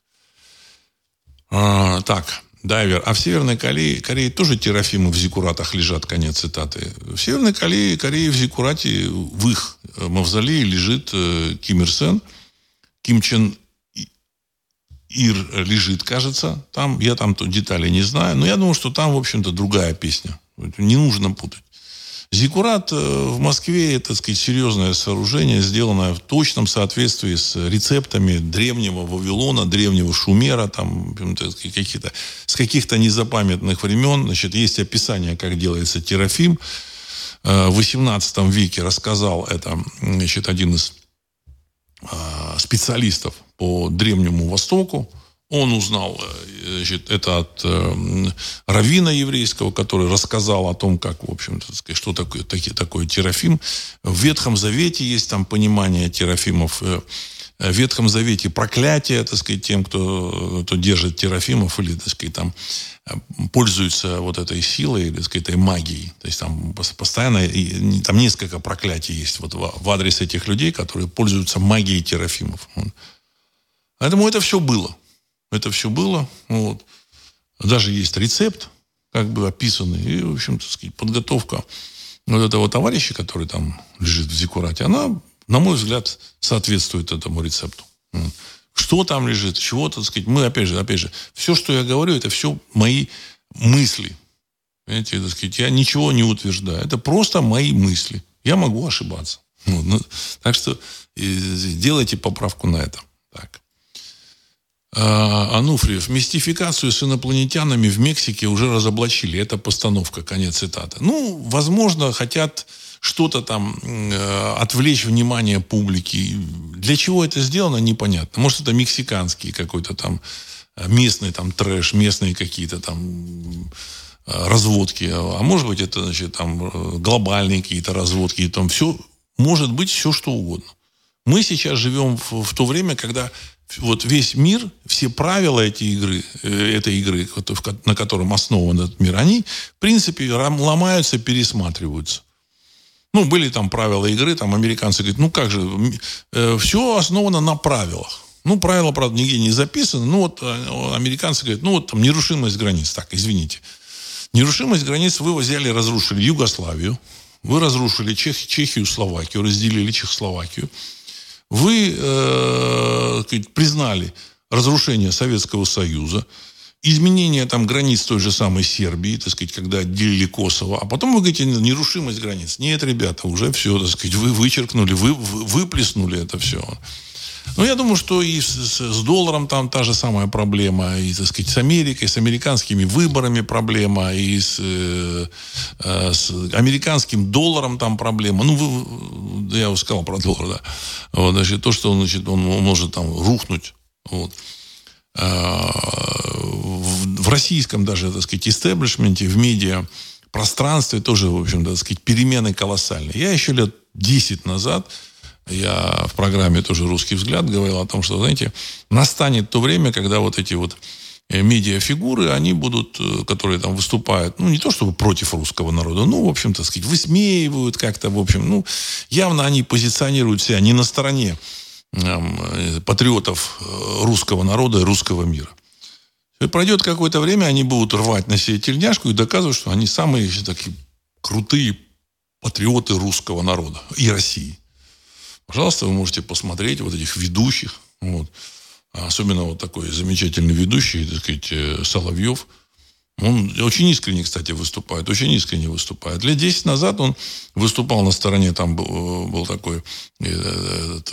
А, так. Дайвер. А в Северной Корее, Корее тоже терафимы в зиккуратах лежат, конец цитаты. В Северной Корее, Корее в зиккурате, в их мавзолее лежит э, Ким Ир Сен. Ким Чен Ир лежит, кажется, там. Я там детали не знаю. Но я думаю, что там, в общем-то, другая песня. Не нужно путать. Зиккурат в Москве, это, так сказать, серьезное сооружение, сделанное в точном соответствии с рецептами древнего Вавилона, древнего Шумера, там, каких-то, с каких-то незапамятных времен. Значит, есть описание, как делается терафим. В восемнадцатом веке рассказал это, значит, один из специалистов по Древнему Востоку. Он узнал, значит, это от э, раввина еврейского, который рассказал о том, как, в общем-то, сказать, что такое, таки, такое терафим. В Ветхом Завете есть там понимание терафимов. В Ветхом Завете проклятие, так сказать, тем, кто, кто держит терафимов или, так сказать, там пользуется вот этой силой, так сказать, этой магией. То есть там постоянно, там несколько проклятий есть вот в адрес этих людей, которые пользуются магией терафимов. Поэтому это все было. Это все было. Вот. Даже есть рецепт, как бы описанный. И, в общем, так сказать, подготовка вот этого товарища, который там лежит в зиккурате, она, на мой взгляд, соответствует этому рецепту. Что там лежит, чего, так сказать. Мы, опять же, опять же, все, что я говорю, это все мои мысли. Понимаете, так сказать, я ничего не утверждаю. Это просто мои мысли. Я могу ошибаться. Вот. Ну, так что делайте поправку на это. Так. Ануфриев. Мистификацию с инопланетянами в Мексике уже разоблачили. Это постановка, конец цитаты. Ну, возможно, хотят что-то там э, отвлечь внимание публики. Для чего это сделано, непонятно. Может, это мексиканский какой-то там местный там трэш, местные какие-то там разводки. А может быть, это, значит, там глобальные какие-то разводки. Там все, может быть, все что угодно. Мы сейчас живем в, в то время, когда вот весь мир, все правила этой игры, этой игры, на котором основан этот мир, они, в принципе, ломаются, пересматриваются. Ну, были там правила игры, там американцы говорят, ну как же, э, все основано на правилах. Ну, правила, правда, нигде не записаны. Ну, вот э, американцы говорят, ну, вот там нерушимость границ. Так, извините. Нерушимость границ вы взяли, разрушили Югославию, вы разрушили Чех, Чехию, Словакию, разделили Чехословакию. Вы э, признали разрушение Советского Союза, изменение там границ той же самой Сербии, так сказать, когда отделили Косово. А потом вы говорите, нерушимость границ. Нет, ребята, уже все, так сказать, вы вычеркнули, вы, вы выплеснули это все. Ну, я думаю, что и с, с долларом там та же самая проблема, и, так сказать, с Америкой, с американскими выборами проблема, и с, э, с американским долларом там проблема. Ну, вы, я уже сказал про доллар, да. Вот, значит, то, что он, значит, он может там рухнуть. Вот. В, в российском даже, так сказать, истеблишменте, в медиа пространстве тоже, в общем, так сказать, перемены колоссальные. Я еще лет десять назад я в программе тоже «Русский взгляд» говорил о том, что, знаете, настанет то время, когда вот эти вот медиафигуры, они будут, которые там выступают, ну, не то чтобы против русского народа, ну, в общем, так сказать, высмеивают как-то, в общем, ну, явно они позиционируют себя не на стороне э, патриотов русского народа и русского мира. И пройдет какое-то время, они будут рвать на себе тельняшку и доказывать, что они самые такие крутые патриоты русского народа и России. Пожалуйста, вы можете посмотреть вот этих ведущих. Вот. Особенно вот такой замечательный ведущий, так сказать, Соловьев. Он очень искренне, кстати, выступает. Очень искренне выступает. Лет десять назад он выступал на стороне, там был, был такой этот,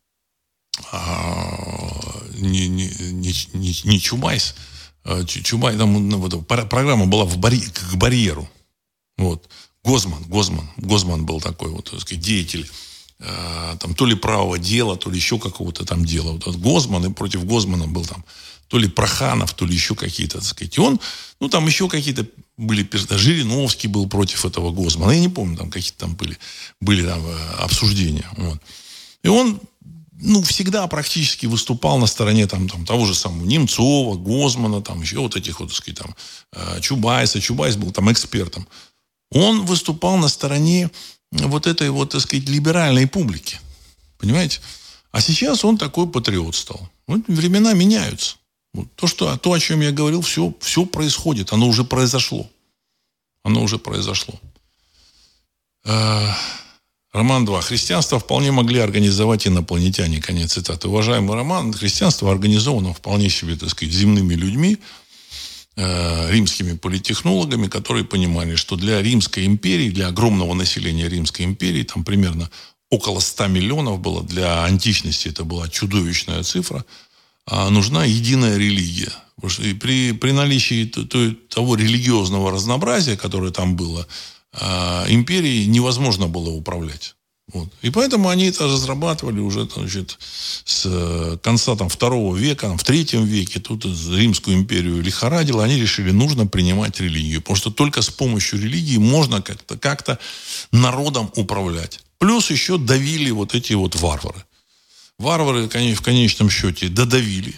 а, не, не, не, не, не Чубайс. Чубайс, там ну, вот, программа была в барь, к барьеру. Вот. Гозман, Гозман. Гозман был такой вот, так сказать, деятель. Там, то ли правого дела, то ли еще какого-то там дела. Вот, вот Гозман, и против Гозмана был там то ли Проханов, то ли еще какие-то, так сказать. И он, ну, там еще какие-то были, Жириновский был против этого Гозмана. Я не помню, там какие-то там были, были там обсуждения. Вот. И он, ну, всегда практически выступал на стороне там, там, того же самого Немцова, Гозмана, там еще вот этих вот, так сказать, там, Чубайса. Чубайс был там экспертом. Он выступал на стороне вот этой вот, так сказать, либеральной публики. Понимаете? А сейчас он такой патриот стал. Вот времена меняются. Вот то, что, то, о чем я говорил, все, все происходит. Оно уже произошло. Оно уже произошло. Роман два. Христианство вполне могли организовать инопланетяне. Конец цитаты. Уважаемый Роман, христианство организовано вполне себе, так сказать, земными людьми, римскими политтехнологами, которые понимали, что для Римской империи, для огромного населения Римской империи, там примерно около ста миллионов было, для античности это была чудовищная цифра, нужна единая религия. Потому что при, при наличии того религиозного разнообразия, которое там было, империей невозможно было управлять. Вот. И поэтому они это разрабатывали уже, значит, с конца там, второго века, там, в третьем веке. Тут Римскую империю лихорадило. Они решили, нужно принимать религию. Потому что только с помощью религии можно как-то, как-то народом управлять. Плюс еще давили вот эти вот варвары. Варвары, в конечном счете, додавили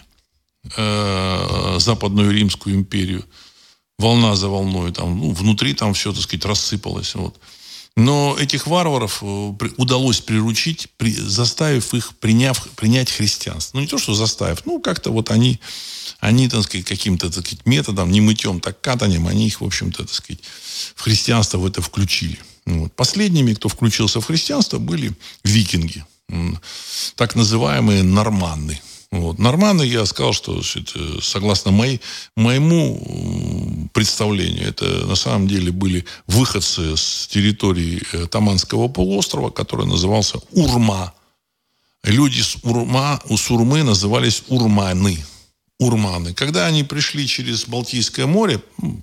э, Западную Римскую империю. Волна за волной. Там, ну, внутри там все, так сказать, рассыпалось. Вот. Но этих варваров удалось приручить, при, заставив их, приняв, принять христианство. Ну, не то, что заставив, ну, как-то вот они, они, так сказать, каким-то, так сказать, методом, не мытьем, так катанием, они их, в общем-то, так сказать, в христианство в это включили. Вот. Последними, кто включился в христианство, были викинги, так называемые норманны. Вот. Норманы, я сказал, что это, согласно моей, моему представлению, это на самом деле были выходцы с территории Таманского полуострова, который назывался Урма. Люди с Урма, у Сурмы назывались урманы. Урманы. Когда они пришли через Балтийское море,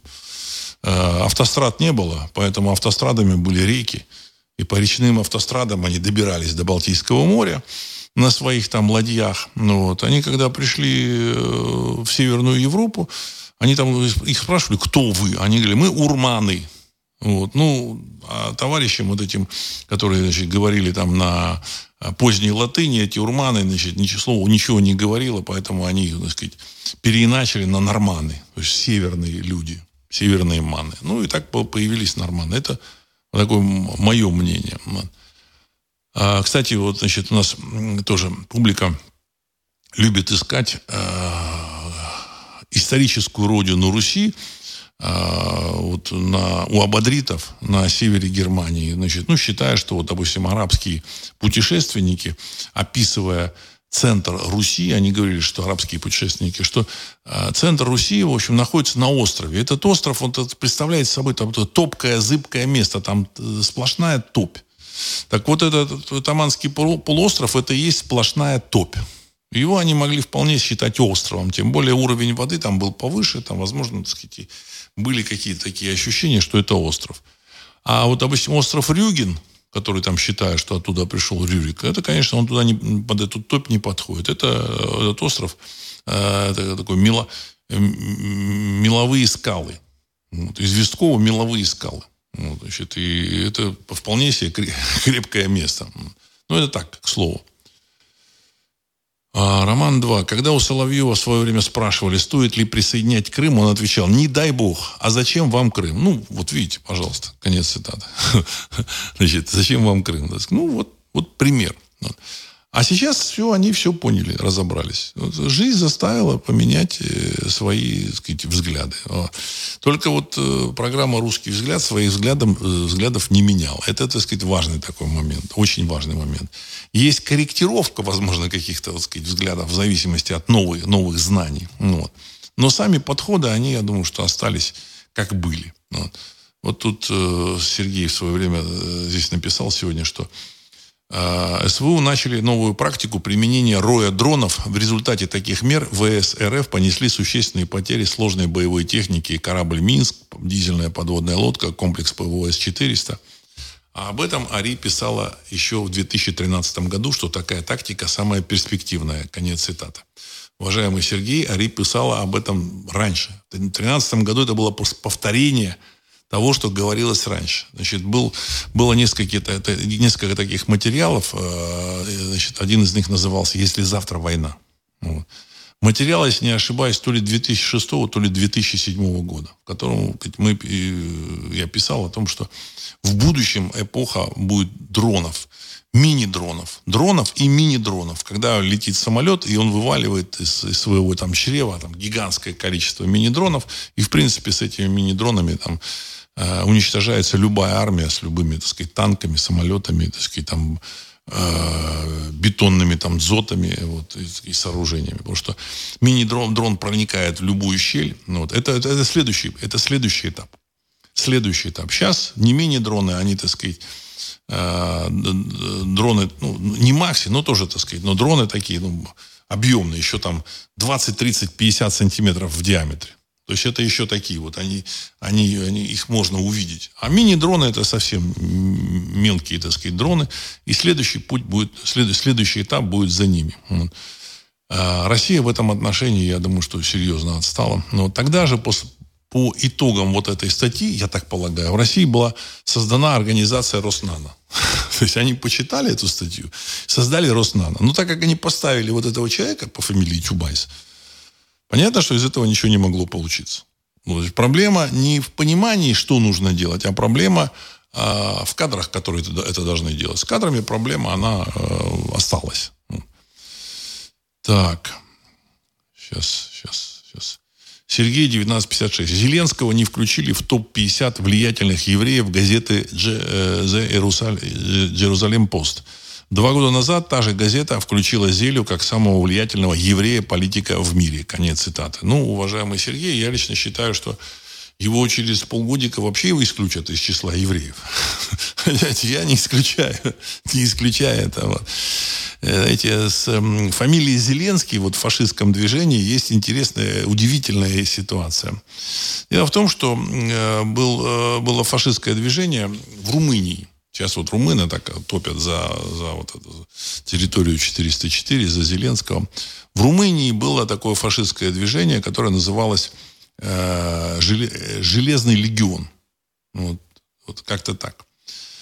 автострад не было, поэтому автострадами были реки. И по речным автострадам они добирались до Балтийского моря на своих там ладьях. Ну, вот. Они, когда пришли в Северную Европу, они там их спрашивали, кто вы? Они говорили, мы урманы. Вот. Ну, а товарищам вот этим, которые, значит, говорили там на поздней латыни, эти урманы, значит, ничего, слова, ничего не говорило, поэтому они, так сказать, переиначили на норманы, то есть северные люди, северные маны. Ну, и так появились норманы. Это такое мое мнение. А, кстати, вот, значит, у нас тоже публика любит искать э, историческую родину Руси э, вот на, у абадритов на севере Германии. Значит, ну, считая, что, вот, допустим, арабские путешественники, описывая центр Руси, они говорили, что арабские путешественники, что э, центр Руси, в общем, находится на острове. Этот остров, он представляет собой там, топкое, зыбкое место, там сплошная топь. Так вот, этот, этот Таманский полуостров, это и есть сплошная топь. Его они могли вполне считать островом. Тем более уровень воды там был повыше. Там, возможно, так сказать, были какие-то такие ощущения, что это остров. А вот, допустим, остров Рюген, который там считают, что оттуда пришел Рюрик, это, конечно, он туда не, под эту топь не подходит. Это этот остров, это такой мело, меловые скалы. Вот, известково меловые скалы. Вот, значит, и это вполне себе крепкое место. Ну, это так, к слову. А, Роман два. Когда у Соловьева в свое время спрашивали, стоит ли присоединять Крым, он отвечал: не дай бог, а зачем вам Крым? Ну, вот видите, пожалуйста, конец цитаты. Значит, зачем вам Крым? Ну, вот, вот пример. А сейчас все, они все поняли, разобрались. Жизнь заставила поменять свои, так сказать, взгляды. Только вот программа «Русский взгляд» своих взглядов, взглядов не меняла. Это, так сказать, важный такой момент, очень важный момент. Есть корректировка, возможно, каких-то, так сказать, взглядов в зависимости от новых, новых знаний. Вот. Но сами подходы, они, я думаю, что остались как были. Вот, вот тут Сергей в свое время здесь написал сегодня, что СВУ начали новую практику применения роя дронов. В результате таких мер ВС РФ понесли существенные потери сложной боевой техники: корабль «Минск», дизельная подводная лодка, комплекс ПВО С четыреста. А об этом АРИ писала еще в две тысячи тринадцатом году, что такая тактика самая перспективная. Конец цитаты. Уважаемый Сергей, АРИ писала об этом раньше. В две тысячи тринадцатом году это было просто повторение того, что говорилось раньше. Значит, был, было несколько, несколько таких материалов. Значит, один из них назывался «Если завтра война». Вот. Материал, если не ошибаюсь, то ли две тысячи шестого, то ли две тысячи седьмого года, в котором мы, я писал о том, что в будущем эпоха будет дронов, мини-дронов. Дронов и мини-дронов. Когда летит самолет, и он вываливает из, из своего там чрева там, гигантское количество мини-дронов, и, в принципе, с этими мини-дронами там э, уничтожается любая армия с любыми, так сказать, танками, самолетами, так сказать, там, э, бетонными там дзотами вот, и, и сооружениями. Потому что мини-дрон дрон проникает в любую щель. Ну, вот. это, это, это, следующий, это следующий этап. Следующий этап. Сейчас не мини-дроны, они, так сказать, дроны, ну, не Макси, но тоже, так сказать, но дроны такие, ну, объемные, еще там двадцать, тридцать, пятьдесят сантиметров в диаметре. То есть это еще такие вот, они, они, они, их можно увидеть. А мини-дроны это совсем мелкие, так сказать, дроны. И следующий путь будет, след, следующий этап будет за ними. Вот. А Россия в этом отношении, я думаю, что серьезно отстала. Но тогда же после по итогам вот этой статьи, я так полагаю, в России была создана организация Роснано. То есть они почитали эту статью, создали Роснано. Но так как они поставили вот этого человека по фамилии Чубайс, понятно, что из этого ничего не могло получиться. То есть проблема не в понимании, что нужно делать, а проблема э, в кадрах, которые это, это должны делать. С кадрами проблема, она э, осталась. Так. Сейчас, сейчас, сейчас. Сергей, девятнадцать пятьдесят шесть. Зеленского не включили в топ пятьдесят влиятельных евреев газеты The Jerusalem Post. Два года назад та же газета включила Зелю как самого влиятельного еврея-политика в мире. Конец цитаты. Ну, уважаемый Сергей, я лично считаю, что его через полгодика вообще его исключат из числа евреев. Я не исключаю. Не исключаю этого. Знаете, с фамилией Зеленский вот в фашистском движении есть интересная, удивительная ситуация. Дело в том, что был, было фашистское движение в Румынии. Сейчас вот румыны так топят за, за вот эту территорию четыреста четыре, за Зеленского. В Румынии было такое фашистское движение, которое называлось э, «Железный легион». Вот, вот как-то так.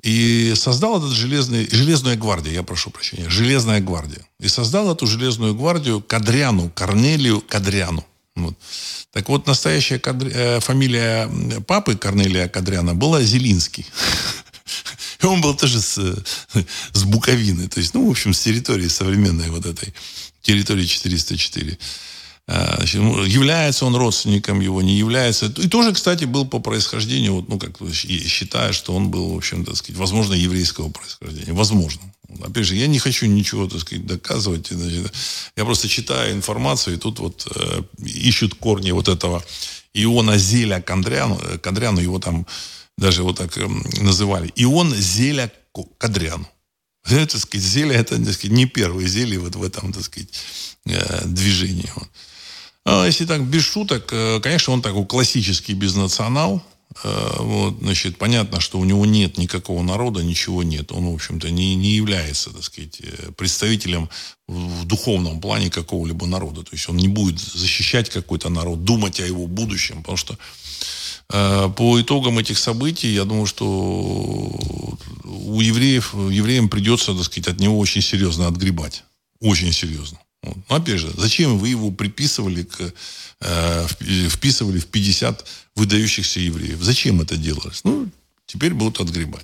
И создал этот железный, железная гвардия, я прошу прощения, железная гвардия. И создал эту железную гвардию Кадряну, Корнелию Кадряну. Вот. Так вот, настоящая Кадр... фамилия папы Корнелия Кадряна была Зелинский. И он был тоже с, с Буковины. То есть, ну, в общем, с территории современной вот этой, территории четыреста четыре. Является он родственником его, не является. И тоже, кстати, был по происхождению, вот, ну, как считаю, что он был, в общем, так сказать, возможно, еврейского происхождения. Возможно. Опять же, я не хочу ничего, так сказать, доказывать. Значит, я просто читаю информацию, и тут вот э, ищут корни вот этого Иона Зеля Кадряну. Кадряну его там даже вот так э, называли. Ион Зеля Кадряну. Это, так сказать, Зеля, это, так сказать, не первый Зель вот в этом, так сказать, э, движении. А если так, без шуток, конечно, он такой классический безнационал. Вот, значит, понятно, что у него нет никакого народа, ничего нет. Он, в общем-то, не, не является, так сказать, представителем в духовном плане какого-либо народа. То есть он не будет защищать какой-то народ, думать о его будущем. Потому что э, по итогам этих событий, я думаю, что у евреев, евреям придется, так сказать, от него очень серьезно отгребать. Очень серьезно. Вот. Но опять же, зачем вы его приписывали, к, э, вписывали в пятьдесят выдающихся евреев? Зачем это делалось? Ну, теперь будут отгребать.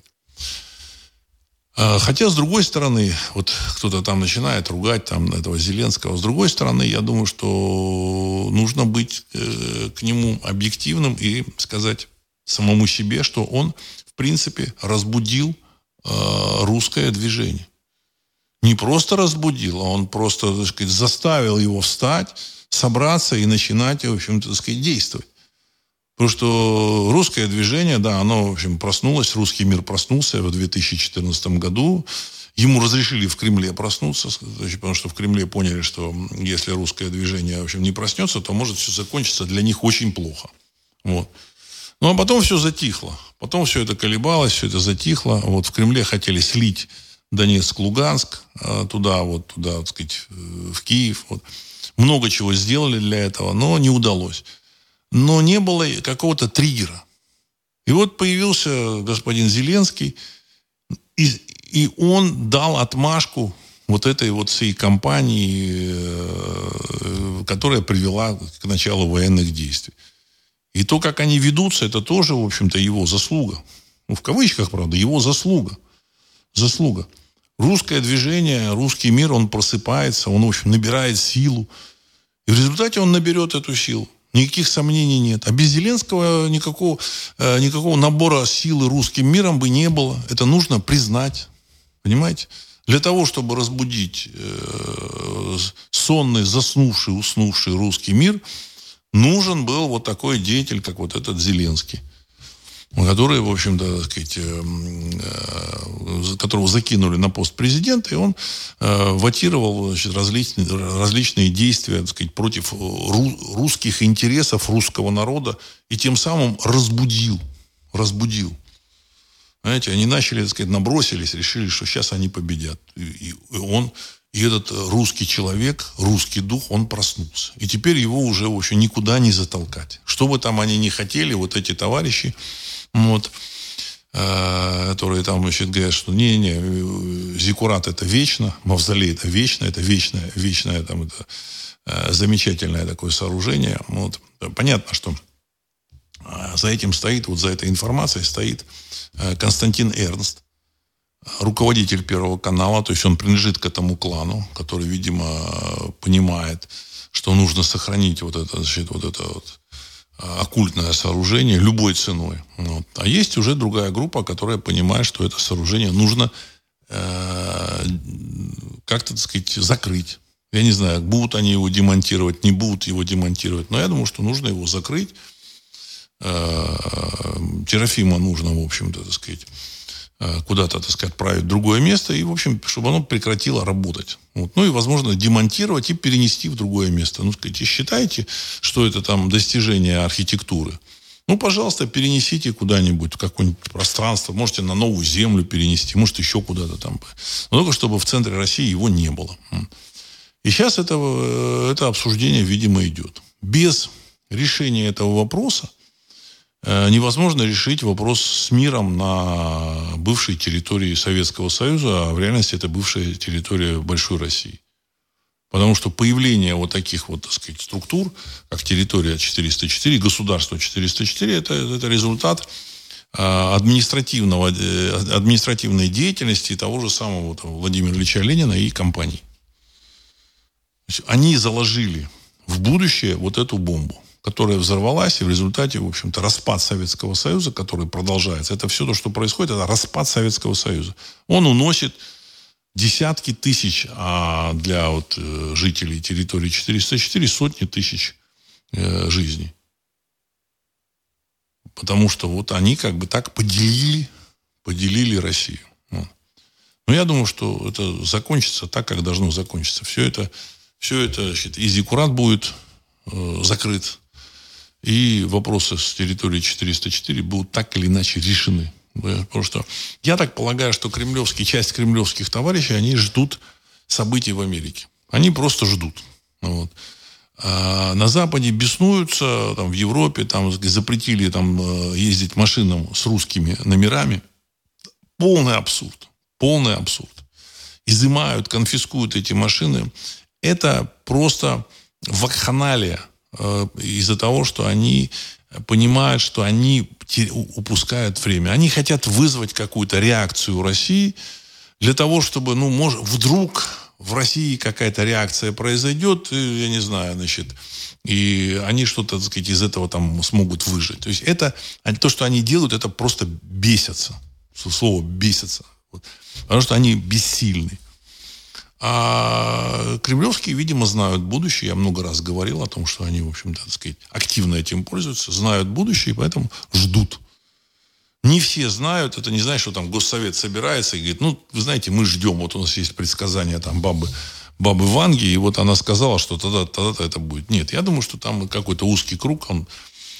Хотя, с другой стороны, вот кто-то там начинает ругать там, этого Зеленского. С другой стороны, я думаю, что нужно быть э, к нему объективным и сказать самому себе, что он, в принципе, разбудил э, русское движение. Не просто разбудил, а он просто, так сказать, заставил его встать, собраться и начинать, в общем-то, так сказать, действовать. Потому что русское движение, да, оно, в общем, проснулось, русский мир проснулся в две тысячи четырнадцатом году. Ему разрешили в Кремле проснуться, потому что в Кремле поняли, что если русское движение, в общем, не проснется, то может все закончиться для них очень плохо. Вот. Ну, а потом все затихло. Потом все это колебалось, все это затихло. Вот в Кремле хотели слить Донецк, Луганск, туда, вот, туда, так сказать, в Киев. Вот. Много чего сделали для этого, но не удалось. Но не было какого-то триггера. И вот появился господин Зеленский, и, и он дал отмашку вот этой вот всей кампании, которая привела к началу военных действий. И то, как они ведутся, это тоже, в общем-то, его заслуга. Ну, в кавычках, правда, его заслуга. Заслуга. Русское движение, русский мир, он просыпается, он, в общем, набирает силу. И в результате он наберет эту силу. Никаких сомнений нет. А без Зеленского никакого, никакого набора силы русским миром бы не было. Это нужно признать. Понимаете? Для того, чтобы разбудить сонный, заснувший, уснувший русский мир, нужен был вот такой деятель, как вот этот Зеленский. Который, в общем-то, так сказать, которого закинули на пост президента, и он э, ватировал, значит, различные, различные действия, так сказать, против ру, русских интересов русского народа, и тем самым разбудил, разбудил. Знаете, они начали, так сказать, набросились, решили, что сейчас они победят. И, и он, и этот русский человек, русский дух, он проснулся. И теперь его уже, в общем, никуда не затолкать. Что бы там они ни хотели, вот эти товарищи, вот, э, которые там, значит, говорят, что не-не, зиккурат это вечно, мавзолей это вечно, это вечное, вечное там, это, э, замечательное такое сооружение. Вот. Понятно, что за этим стоит, вот за этой информацией стоит э, Константин Эрнст, руководитель Первого канала, то есть он принадлежит к этому клану, который, видимо, понимает, что нужно сохранить вот это, значит, вот это вот оккультное сооружение любой ценой. Вот. А есть уже другая группа, которая понимает, что это сооружение нужно э, как-то, так сказать, закрыть. Я не знаю, будут они его демонтировать, не будут его демонтировать, но я думаю, что нужно его закрыть. Э, Терафима нужно, в общем-то, так сказать, куда-то, так сказать, отправить в другое место, и, в общем, чтобы оно прекратило работать. Вот. Ну и, возможно, демонтировать и перенести в другое место. Ну, сказать, считаете, что это там достижение архитектуры? Ну, пожалуйста, перенесите куда-нибудь, в какое-нибудь пространство. Можете на новую землю перенести, может, еще куда-то там. Но только чтобы в центре России его не было. И сейчас это, это обсуждение, видимо, идет. Без решения этого вопроса невозможно решить вопрос с миром на бывшей территории Советского Союза, а в реальности это бывшая территория Большой России. Потому что появление вот таких вот, так сказать, структур, как территория четыреста четыре, государство четыреста четыре, это, это результат административного, административной деятельности того же самого вот Владимира Ильича Ленина и компаний. Они заложили в будущее вот эту бомбу, которая взорвалась, и в результате, в общем-то, распад Советского Союза, который продолжается. Это все то, что происходит, это распад Советского Союза. Он уносит десятки тысяч, а для вот жителей территории четыреста четыре сотни тысяч э, жизней. Потому что вот они как бы так поделили, поделили Россию. Вот. Но я думаю, что это закончится так, как должно закончиться. Все это, все это, значит, и зиккурат будет э, закрыт, и вопросы с территории четыреста четыре будут так или иначе решены. Потому что я так полагаю, что кремлевские, часть кремлевских товарищей, они ждут событий в Америке. Они просто ждут. Вот. А на Западе беснуются, там, в Европе там, запретили там, ездить машинам с русскими номерами. Полный абсурд. Полный абсурд. Изымают, конфискуют эти машины. Это просто вакханалия э, из-за того, что они понимают, что они упускают время. Они хотят вызвать какую-то реакцию России для того, чтобы, ну, может, вдруг в России какая-то реакция произойдет, и, я не знаю, значит, и они что-то, так сказать, из этого там смогут выжить. То есть это, то, что они делают, это просто бесятся. Слово бесятся. Потому что они бессильны. А кремлевские, видимо, знают будущее. Я много раз говорил о том, что они, в общем-то, так сказать, активно этим пользуются, знают будущее, и поэтому ждут. Не все знают. Это не значит, что там Госсовет собирается и говорит, ну, вы знаете, мы ждем. Вот у нас есть предсказание там бабы, бабы Ванги, и вот она сказала, что тогда, тогда-то это будет. Нет, я думаю, что там какой-то узкий круг, он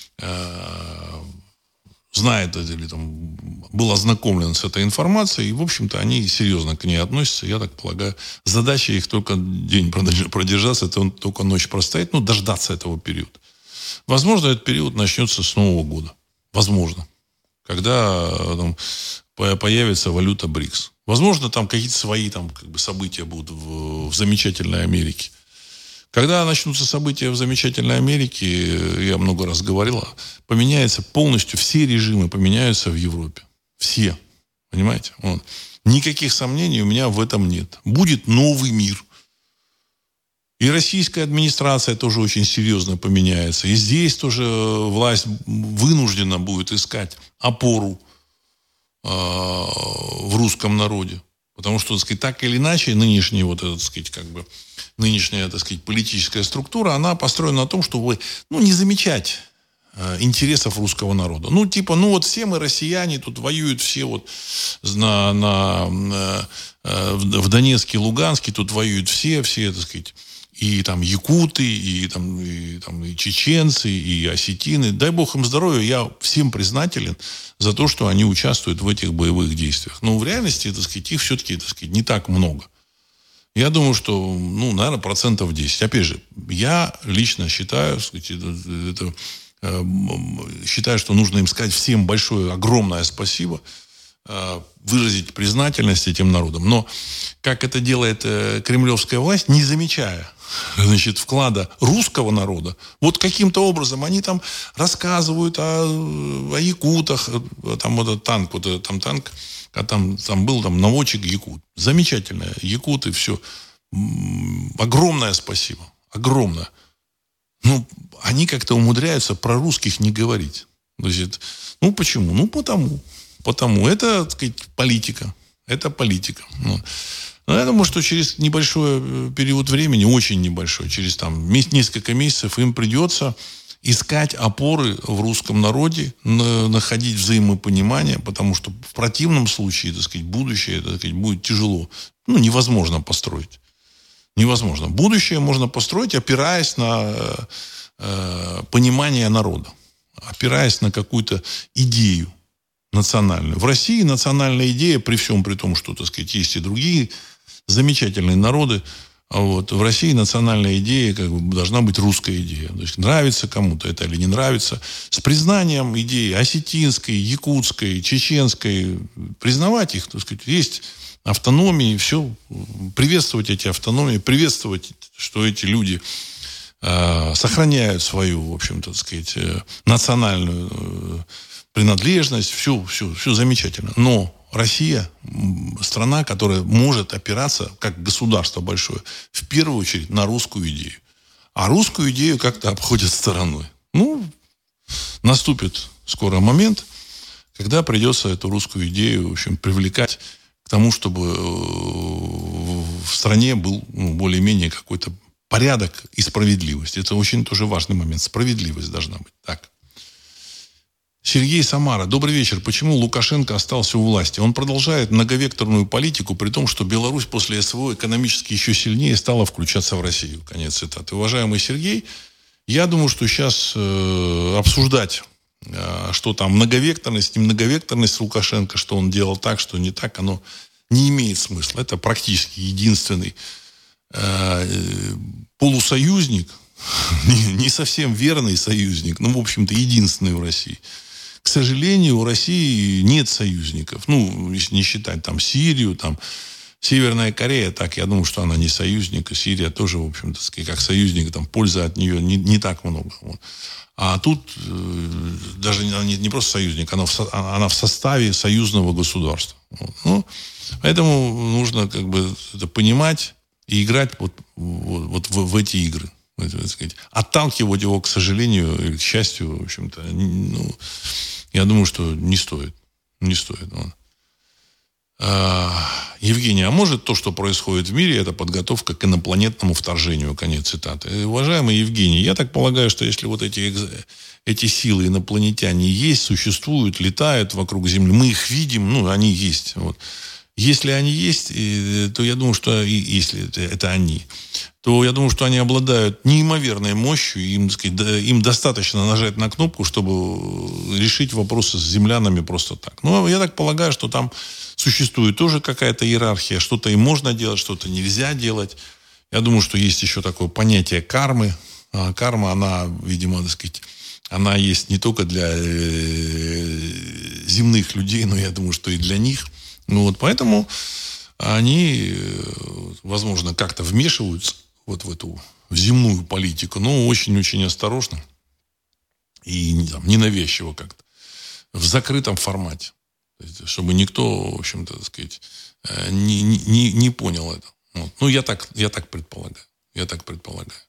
э, знает или там был ознакомлен с этой информацией, и, в общем-то, они серьезно к ней относятся. Я так полагаю, задача их только день продержаться, это только ночь простоять, ну, дождаться этого периода. Возможно, этот период начнется с Нового года. Возможно. Когда там появится валюта БРИКС. Возможно, там какие-то свои там, как бы, события будут в, в замечательной Америке. Когда начнутся события в замечательной Америке, я много раз говорил, поменяется полностью, все режимы поменяются в Европе. Все. Понимаете? Вот. Никаких сомнений у меня в этом нет. Будет новый мир. И российская администрация тоже очень серьезно поменяется. И здесь тоже власть вынуждена будет искать опору э, в русском народе. Потому что, так сказать, так или иначе, нынешняя, вот, так сказать, как бы, нынешняя, так сказать, политическая структура, она построена на том, чтобы, ну, не замечать э, интересов русского народа. Ну, типа, ну, вот все мы россияне, тут воюют все вот на, на, э, в Донецке, Луганске, тут воюют все, все, так сказать, и там якуты, и, там, и, там, и чеченцы, и осетины. Дай бог им здоровья, я всем признателен за то, что они участвуют в этих боевых действиях. Но в реальности, так сказать, их все-таки, так сказать, не так много. Я думаю, что, ну, наверное, процентов десять. Опять же, я лично считаю, так сказать, это, это, э, считаю, что нужно им сказать всем большое, огромное спасибо, э, выразить признательность этим народам. Но как это делает э, кремлевская власть, не замечая, значит, вклада русского народа, вот каким-то образом они там рассказывают о, о якутах, там вот этот танк, вот этот там танк, а там, там был там наводчик якут. Замечательно. Якуты, все. Огромное спасибо. Огромное. Ну, они как-то умудряются про русских не говорить. Значит, ну, почему? Ну, потому. Потому. Это, так сказать, политика. Это политика. Ну. Но я думаю, что через небольшой период времени, очень небольшой, через там несколько месяцев им придется искать опоры в русском народе, находить взаимопонимание, потому что в противном случае, так сказать, будущее, так сказать, будет тяжело. Ну, невозможно построить. Невозможно. Будущее можно построить, опираясь на э, понимание народа, опираясь на какую-то идею национальную. В России национальная идея, при всем при том, что, так сказать, есть и другие замечательные народы, А вот в России национальная идея как бы должна быть русская идея. То есть нравится кому-то это или не нравится. С признанием идеи осетинской, якутской, чеченской. Признавать их, так сказать, есть автономии, все. Приветствовать эти автономии, приветствовать, что эти люди э, сохраняют свою, в общем-то, так сказать, э, национальную э, принадлежность. Все, все, все замечательно. Но Россия – страна, которая может опираться, как государство большое, в первую очередь на русскую идею. А русскую идею как-то обходят стороной. Ну, наступит скоро момент, когда придется эту русскую идею, в общем, привлекать к тому, чтобы в стране был, ну, более-менее какой-то порядок и справедливость. Это очень тоже важный момент. Справедливость должна быть. Так. Сергей Самара. Добрый вечер. Почему Лукашенко остался у власти? Он продолжает многовекторную политику, при том, что Беларусь после СВО экономически еще сильнее стала включаться в Россию. Конец цитаты. Уважаемый Сергей, я думаю, что сейчас э, обсуждать, э, что там многовекторность, не многовекторность Лукашенко, что он делал так, что не так, оно не имеет смысла. Это практически единственный э, полусоюзник, не, не совсем верный союзник, но, в общем-то, единственный в России. К сожалению, у России нет союзников. Ну, если не считать там Сирию, там Северная Корея, так, я думаю, что она не союзник. И Сирия тоже, в общем-то, как союзник, там пользы от нее не, не так много. Вот. А тут э, даже не, не просто союзник, она в, она в составе союзного государства. Вот. Ну, поэтому нужно как бы это понимать и играть вот, вот, вот в, в эти игры. Так сказать. Отталкивать его, к сожалению, или к счастью, в общем-то, ну, я думаю, что не стоит. Не стоит. А, Евгений, а может то, что происходит в мире, это подготовка к инопланетному вторжению? Конец цитаты. Уважаемый Евгений, я так полагаю, что если вот эти, эти силы инопланетяне есть, существуют, летают вокруг Земли, мы их видим, ну, они есть. Вот. Если они есть, то я думаю, что если это, это они, то я думаю, что они обладают неимоверной мощью, и им, так сказать, им достаточно нажать на кнопку, чтобы решить вопросы с землянами просто так. Но я так полагаю, что там существует тоже какая-то иерархия, что-то им можно делать, что-то нельзя делать. Я думаю, что есть еще такое понятие кармы. А карма, она, видимо, так сказать, она есть не только для земных людей, но я думаю, что и для них. Ну вот, поэтому они, возможно, как-то вмешиваются вот в эту в земную политику, но очень-очень осторожно и там, ненавязчиво как-то, в закрытом формате, чтобы никто, в общем-то, так сказать, не, не, не понял это. Вот. Ну, я так, я так предполагаю. Я так предполагаю.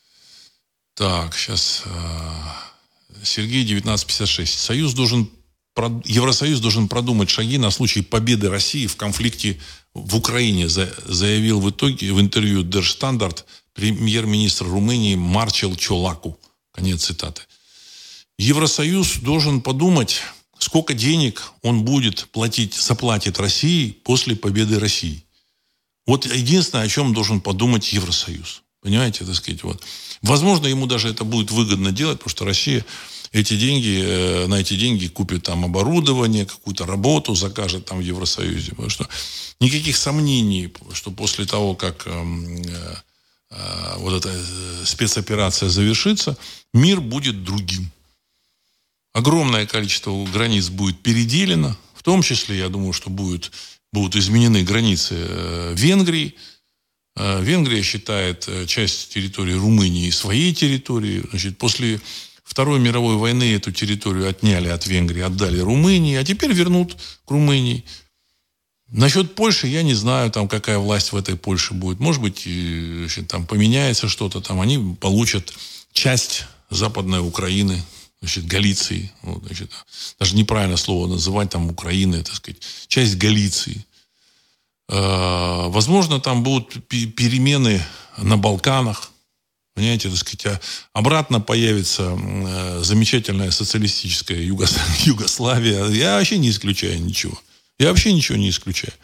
Так, сейчас Сергей, девятнадцать пятьдесят шесть. Союз должен Евросоюз должен продумать шаги на случай победы России в конфликте в Украине, заявил в итоге в интервью Der Standard премьер-министр Румынии Марчел Чолаку. Конец цитаты. Евросоюз должен подумать, сколько денег он будет платить, заплатит России после победы России. Вот единственное, о чем должен подумать Евросоюз. Понимаете, так сказать, вот. Возможно, ему даже это будет выгодно делать, потому что Россия эти деньги, на эти деньги купит там оборудование, какую-то работу закажет там в Евросоюзе. Потому что никаких сомнений, что после того, как э, э, вот эта спецоперация завершится, мир будет другим. Огромное количество границ будет переделено. В том числе, я думаю, что будет, будут изменены границы э, Венгрии. Э, Венгрия считает часть территории Румынии своей территорией. Значит, после Второй мировой войны эту территорию отняли от Венгрии, отдали Румынии, а теперь вернут к Румынии. Насчет Польши я не знаю, там какая власть в этой Польше будет. Может быть, значит, там поменяется что-то, там они получат часть Западной Украины, значит, Галиции. Вот, значит, даже неправильно слово называть там Украины, так сказать, часть Галиции. Э-э- возможно, там будут перемены на Балканах. Понимаете, так сказать, обратно появится э, замечательная социалистическая Югос... Югославия. Я вообще не исключаю ничего. Я вообще ничего не исключаю.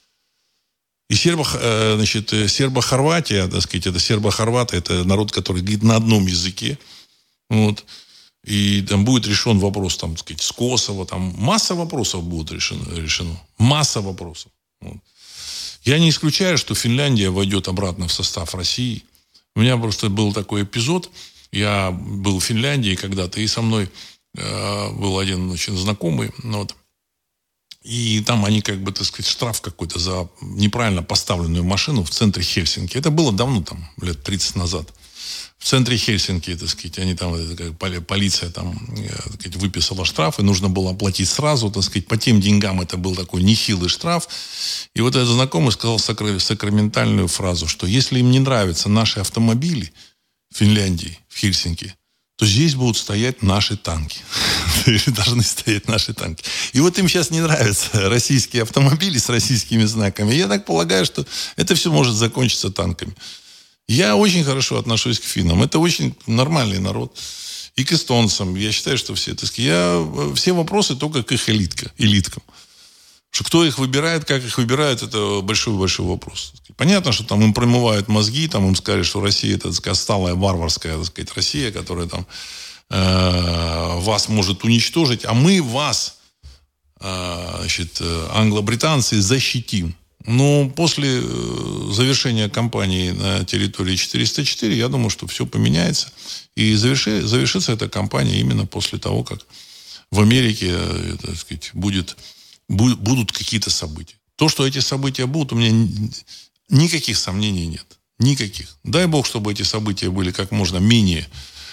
И сербо, э, значит, Сербо-Хорватия, так сказать, это сербо-хорваты, это народ, который говорит на одном языке. Вот. И там будет решен вопрос, там, так сказать, с Косово. Там масса вопросов будет решено. решено. Масса вопросов. Вот. Я не исключаю, что Финляндия войдет обратно в состав России. У меня просто был такой эпизод. Я был в Финляндии когда-то, и со мной э, был один очень знакомый. Ну, вот. И там они, как бы, так сказать, штраф какой-то за неправильно поставленную машину в центре Хельсинки. Это было давно, там, лет тридцать назад. В центре Хельсинки, так сказать, они там, как, полиция там, так сказать, выписала штраф, и нужно было оплатить сразу, так сказать, по тем деньгам это был такой нехилый штраф. И вот этот знакомый сказал сакраментальную фразу, что если им не нравятся наши автомобили в Финляндии, в Хельсинки, то здесь будут стоять наши танки. Или должны стоять наши танки. И вот им сейчас не нравятся российские автомобили с российскими знаками. Я так полагаю, что это все может закончиться танками. Я очень хорошо отношусь к финнам. Это очень нормальный народ. И к эстонцам. Я считаю, что все, так сказать, я, все вопросы только к их элитка, элиткам. Что кто их выбирает, как их выбирают, это большой-большой вопрос. Понятно, что там им промывают мозги, там им сказали, что Россия это, так сказать, отсталая, варварская, так сказать, Россия, которая там э, вас может уничтожить, а мы вас, э, значит, англо-британцы, защитим. Но после завершения кампании на территории четыреста четыре, я думаю, что все поменяется. И заверши, завершится эта кампания именно после того, как в Америке, так сказать, будет, будут какие-то события. То, что эти события будут, у меня никаких сомнений нет. Никаких. Дай бог, чтобы эти события были как можно менее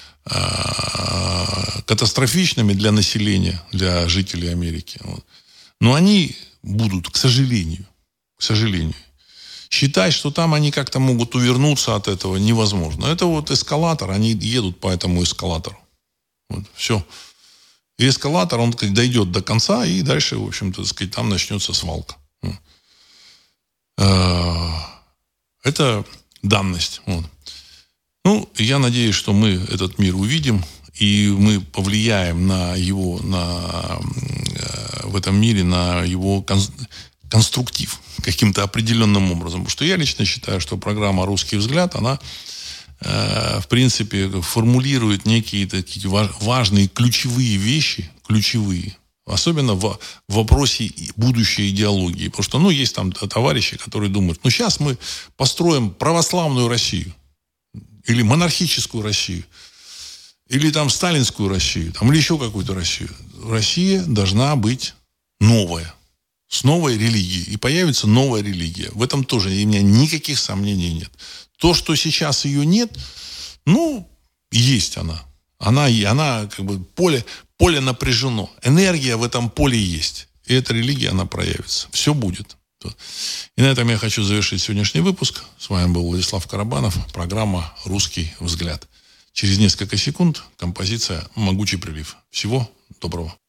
катастрофичными для населения, для жителей Америки. Вот. Но они будут, к сожалению, к сожалению. Считать, что там они как-то могут увернуться от этого, невозможно. Это вот эскалатор, они едут по этому эскалатору. Вот, все. И эскалатор, он дойдет до конца, и дальше, в общем-то, так сказать, там начнется свалка. Это данность. Вот. Ну, я надеюсь, что мы этот мир увидим, и мы повлияем на его, на, в этом мире, на его конструктив каким-то определенным образом. Потому что я лично считаю, что программа «Русский взгляд», она, э, в принципе, формулирует некие такие важные ключевые вещи, ключевые, особенно в, в вопросе будущей идеологии. Потому что, ну, есть там товарищи, которые думают, ну, сейчас мы построим православную Россию, или монархическую Россию, или там сталинскую Россию, там, или еще какую-то Россию. Россия должна быть новая. С новой религией. И появится новая религия. В этом тоже у меня никаких сомнений нет. То, что сейчас ее нет, ну, есть она. Она, она как бы, поле, поле напряжено. Энергия в этом поле есть. И эта религия, она проявится. Все будет. И на этом я хочу завершить сегодняшний выпуск. С вами был Владислав Карабанов. Программа «Русский взгляд». Через несколько секунд композиция «Могучий прилив». Всего доброго.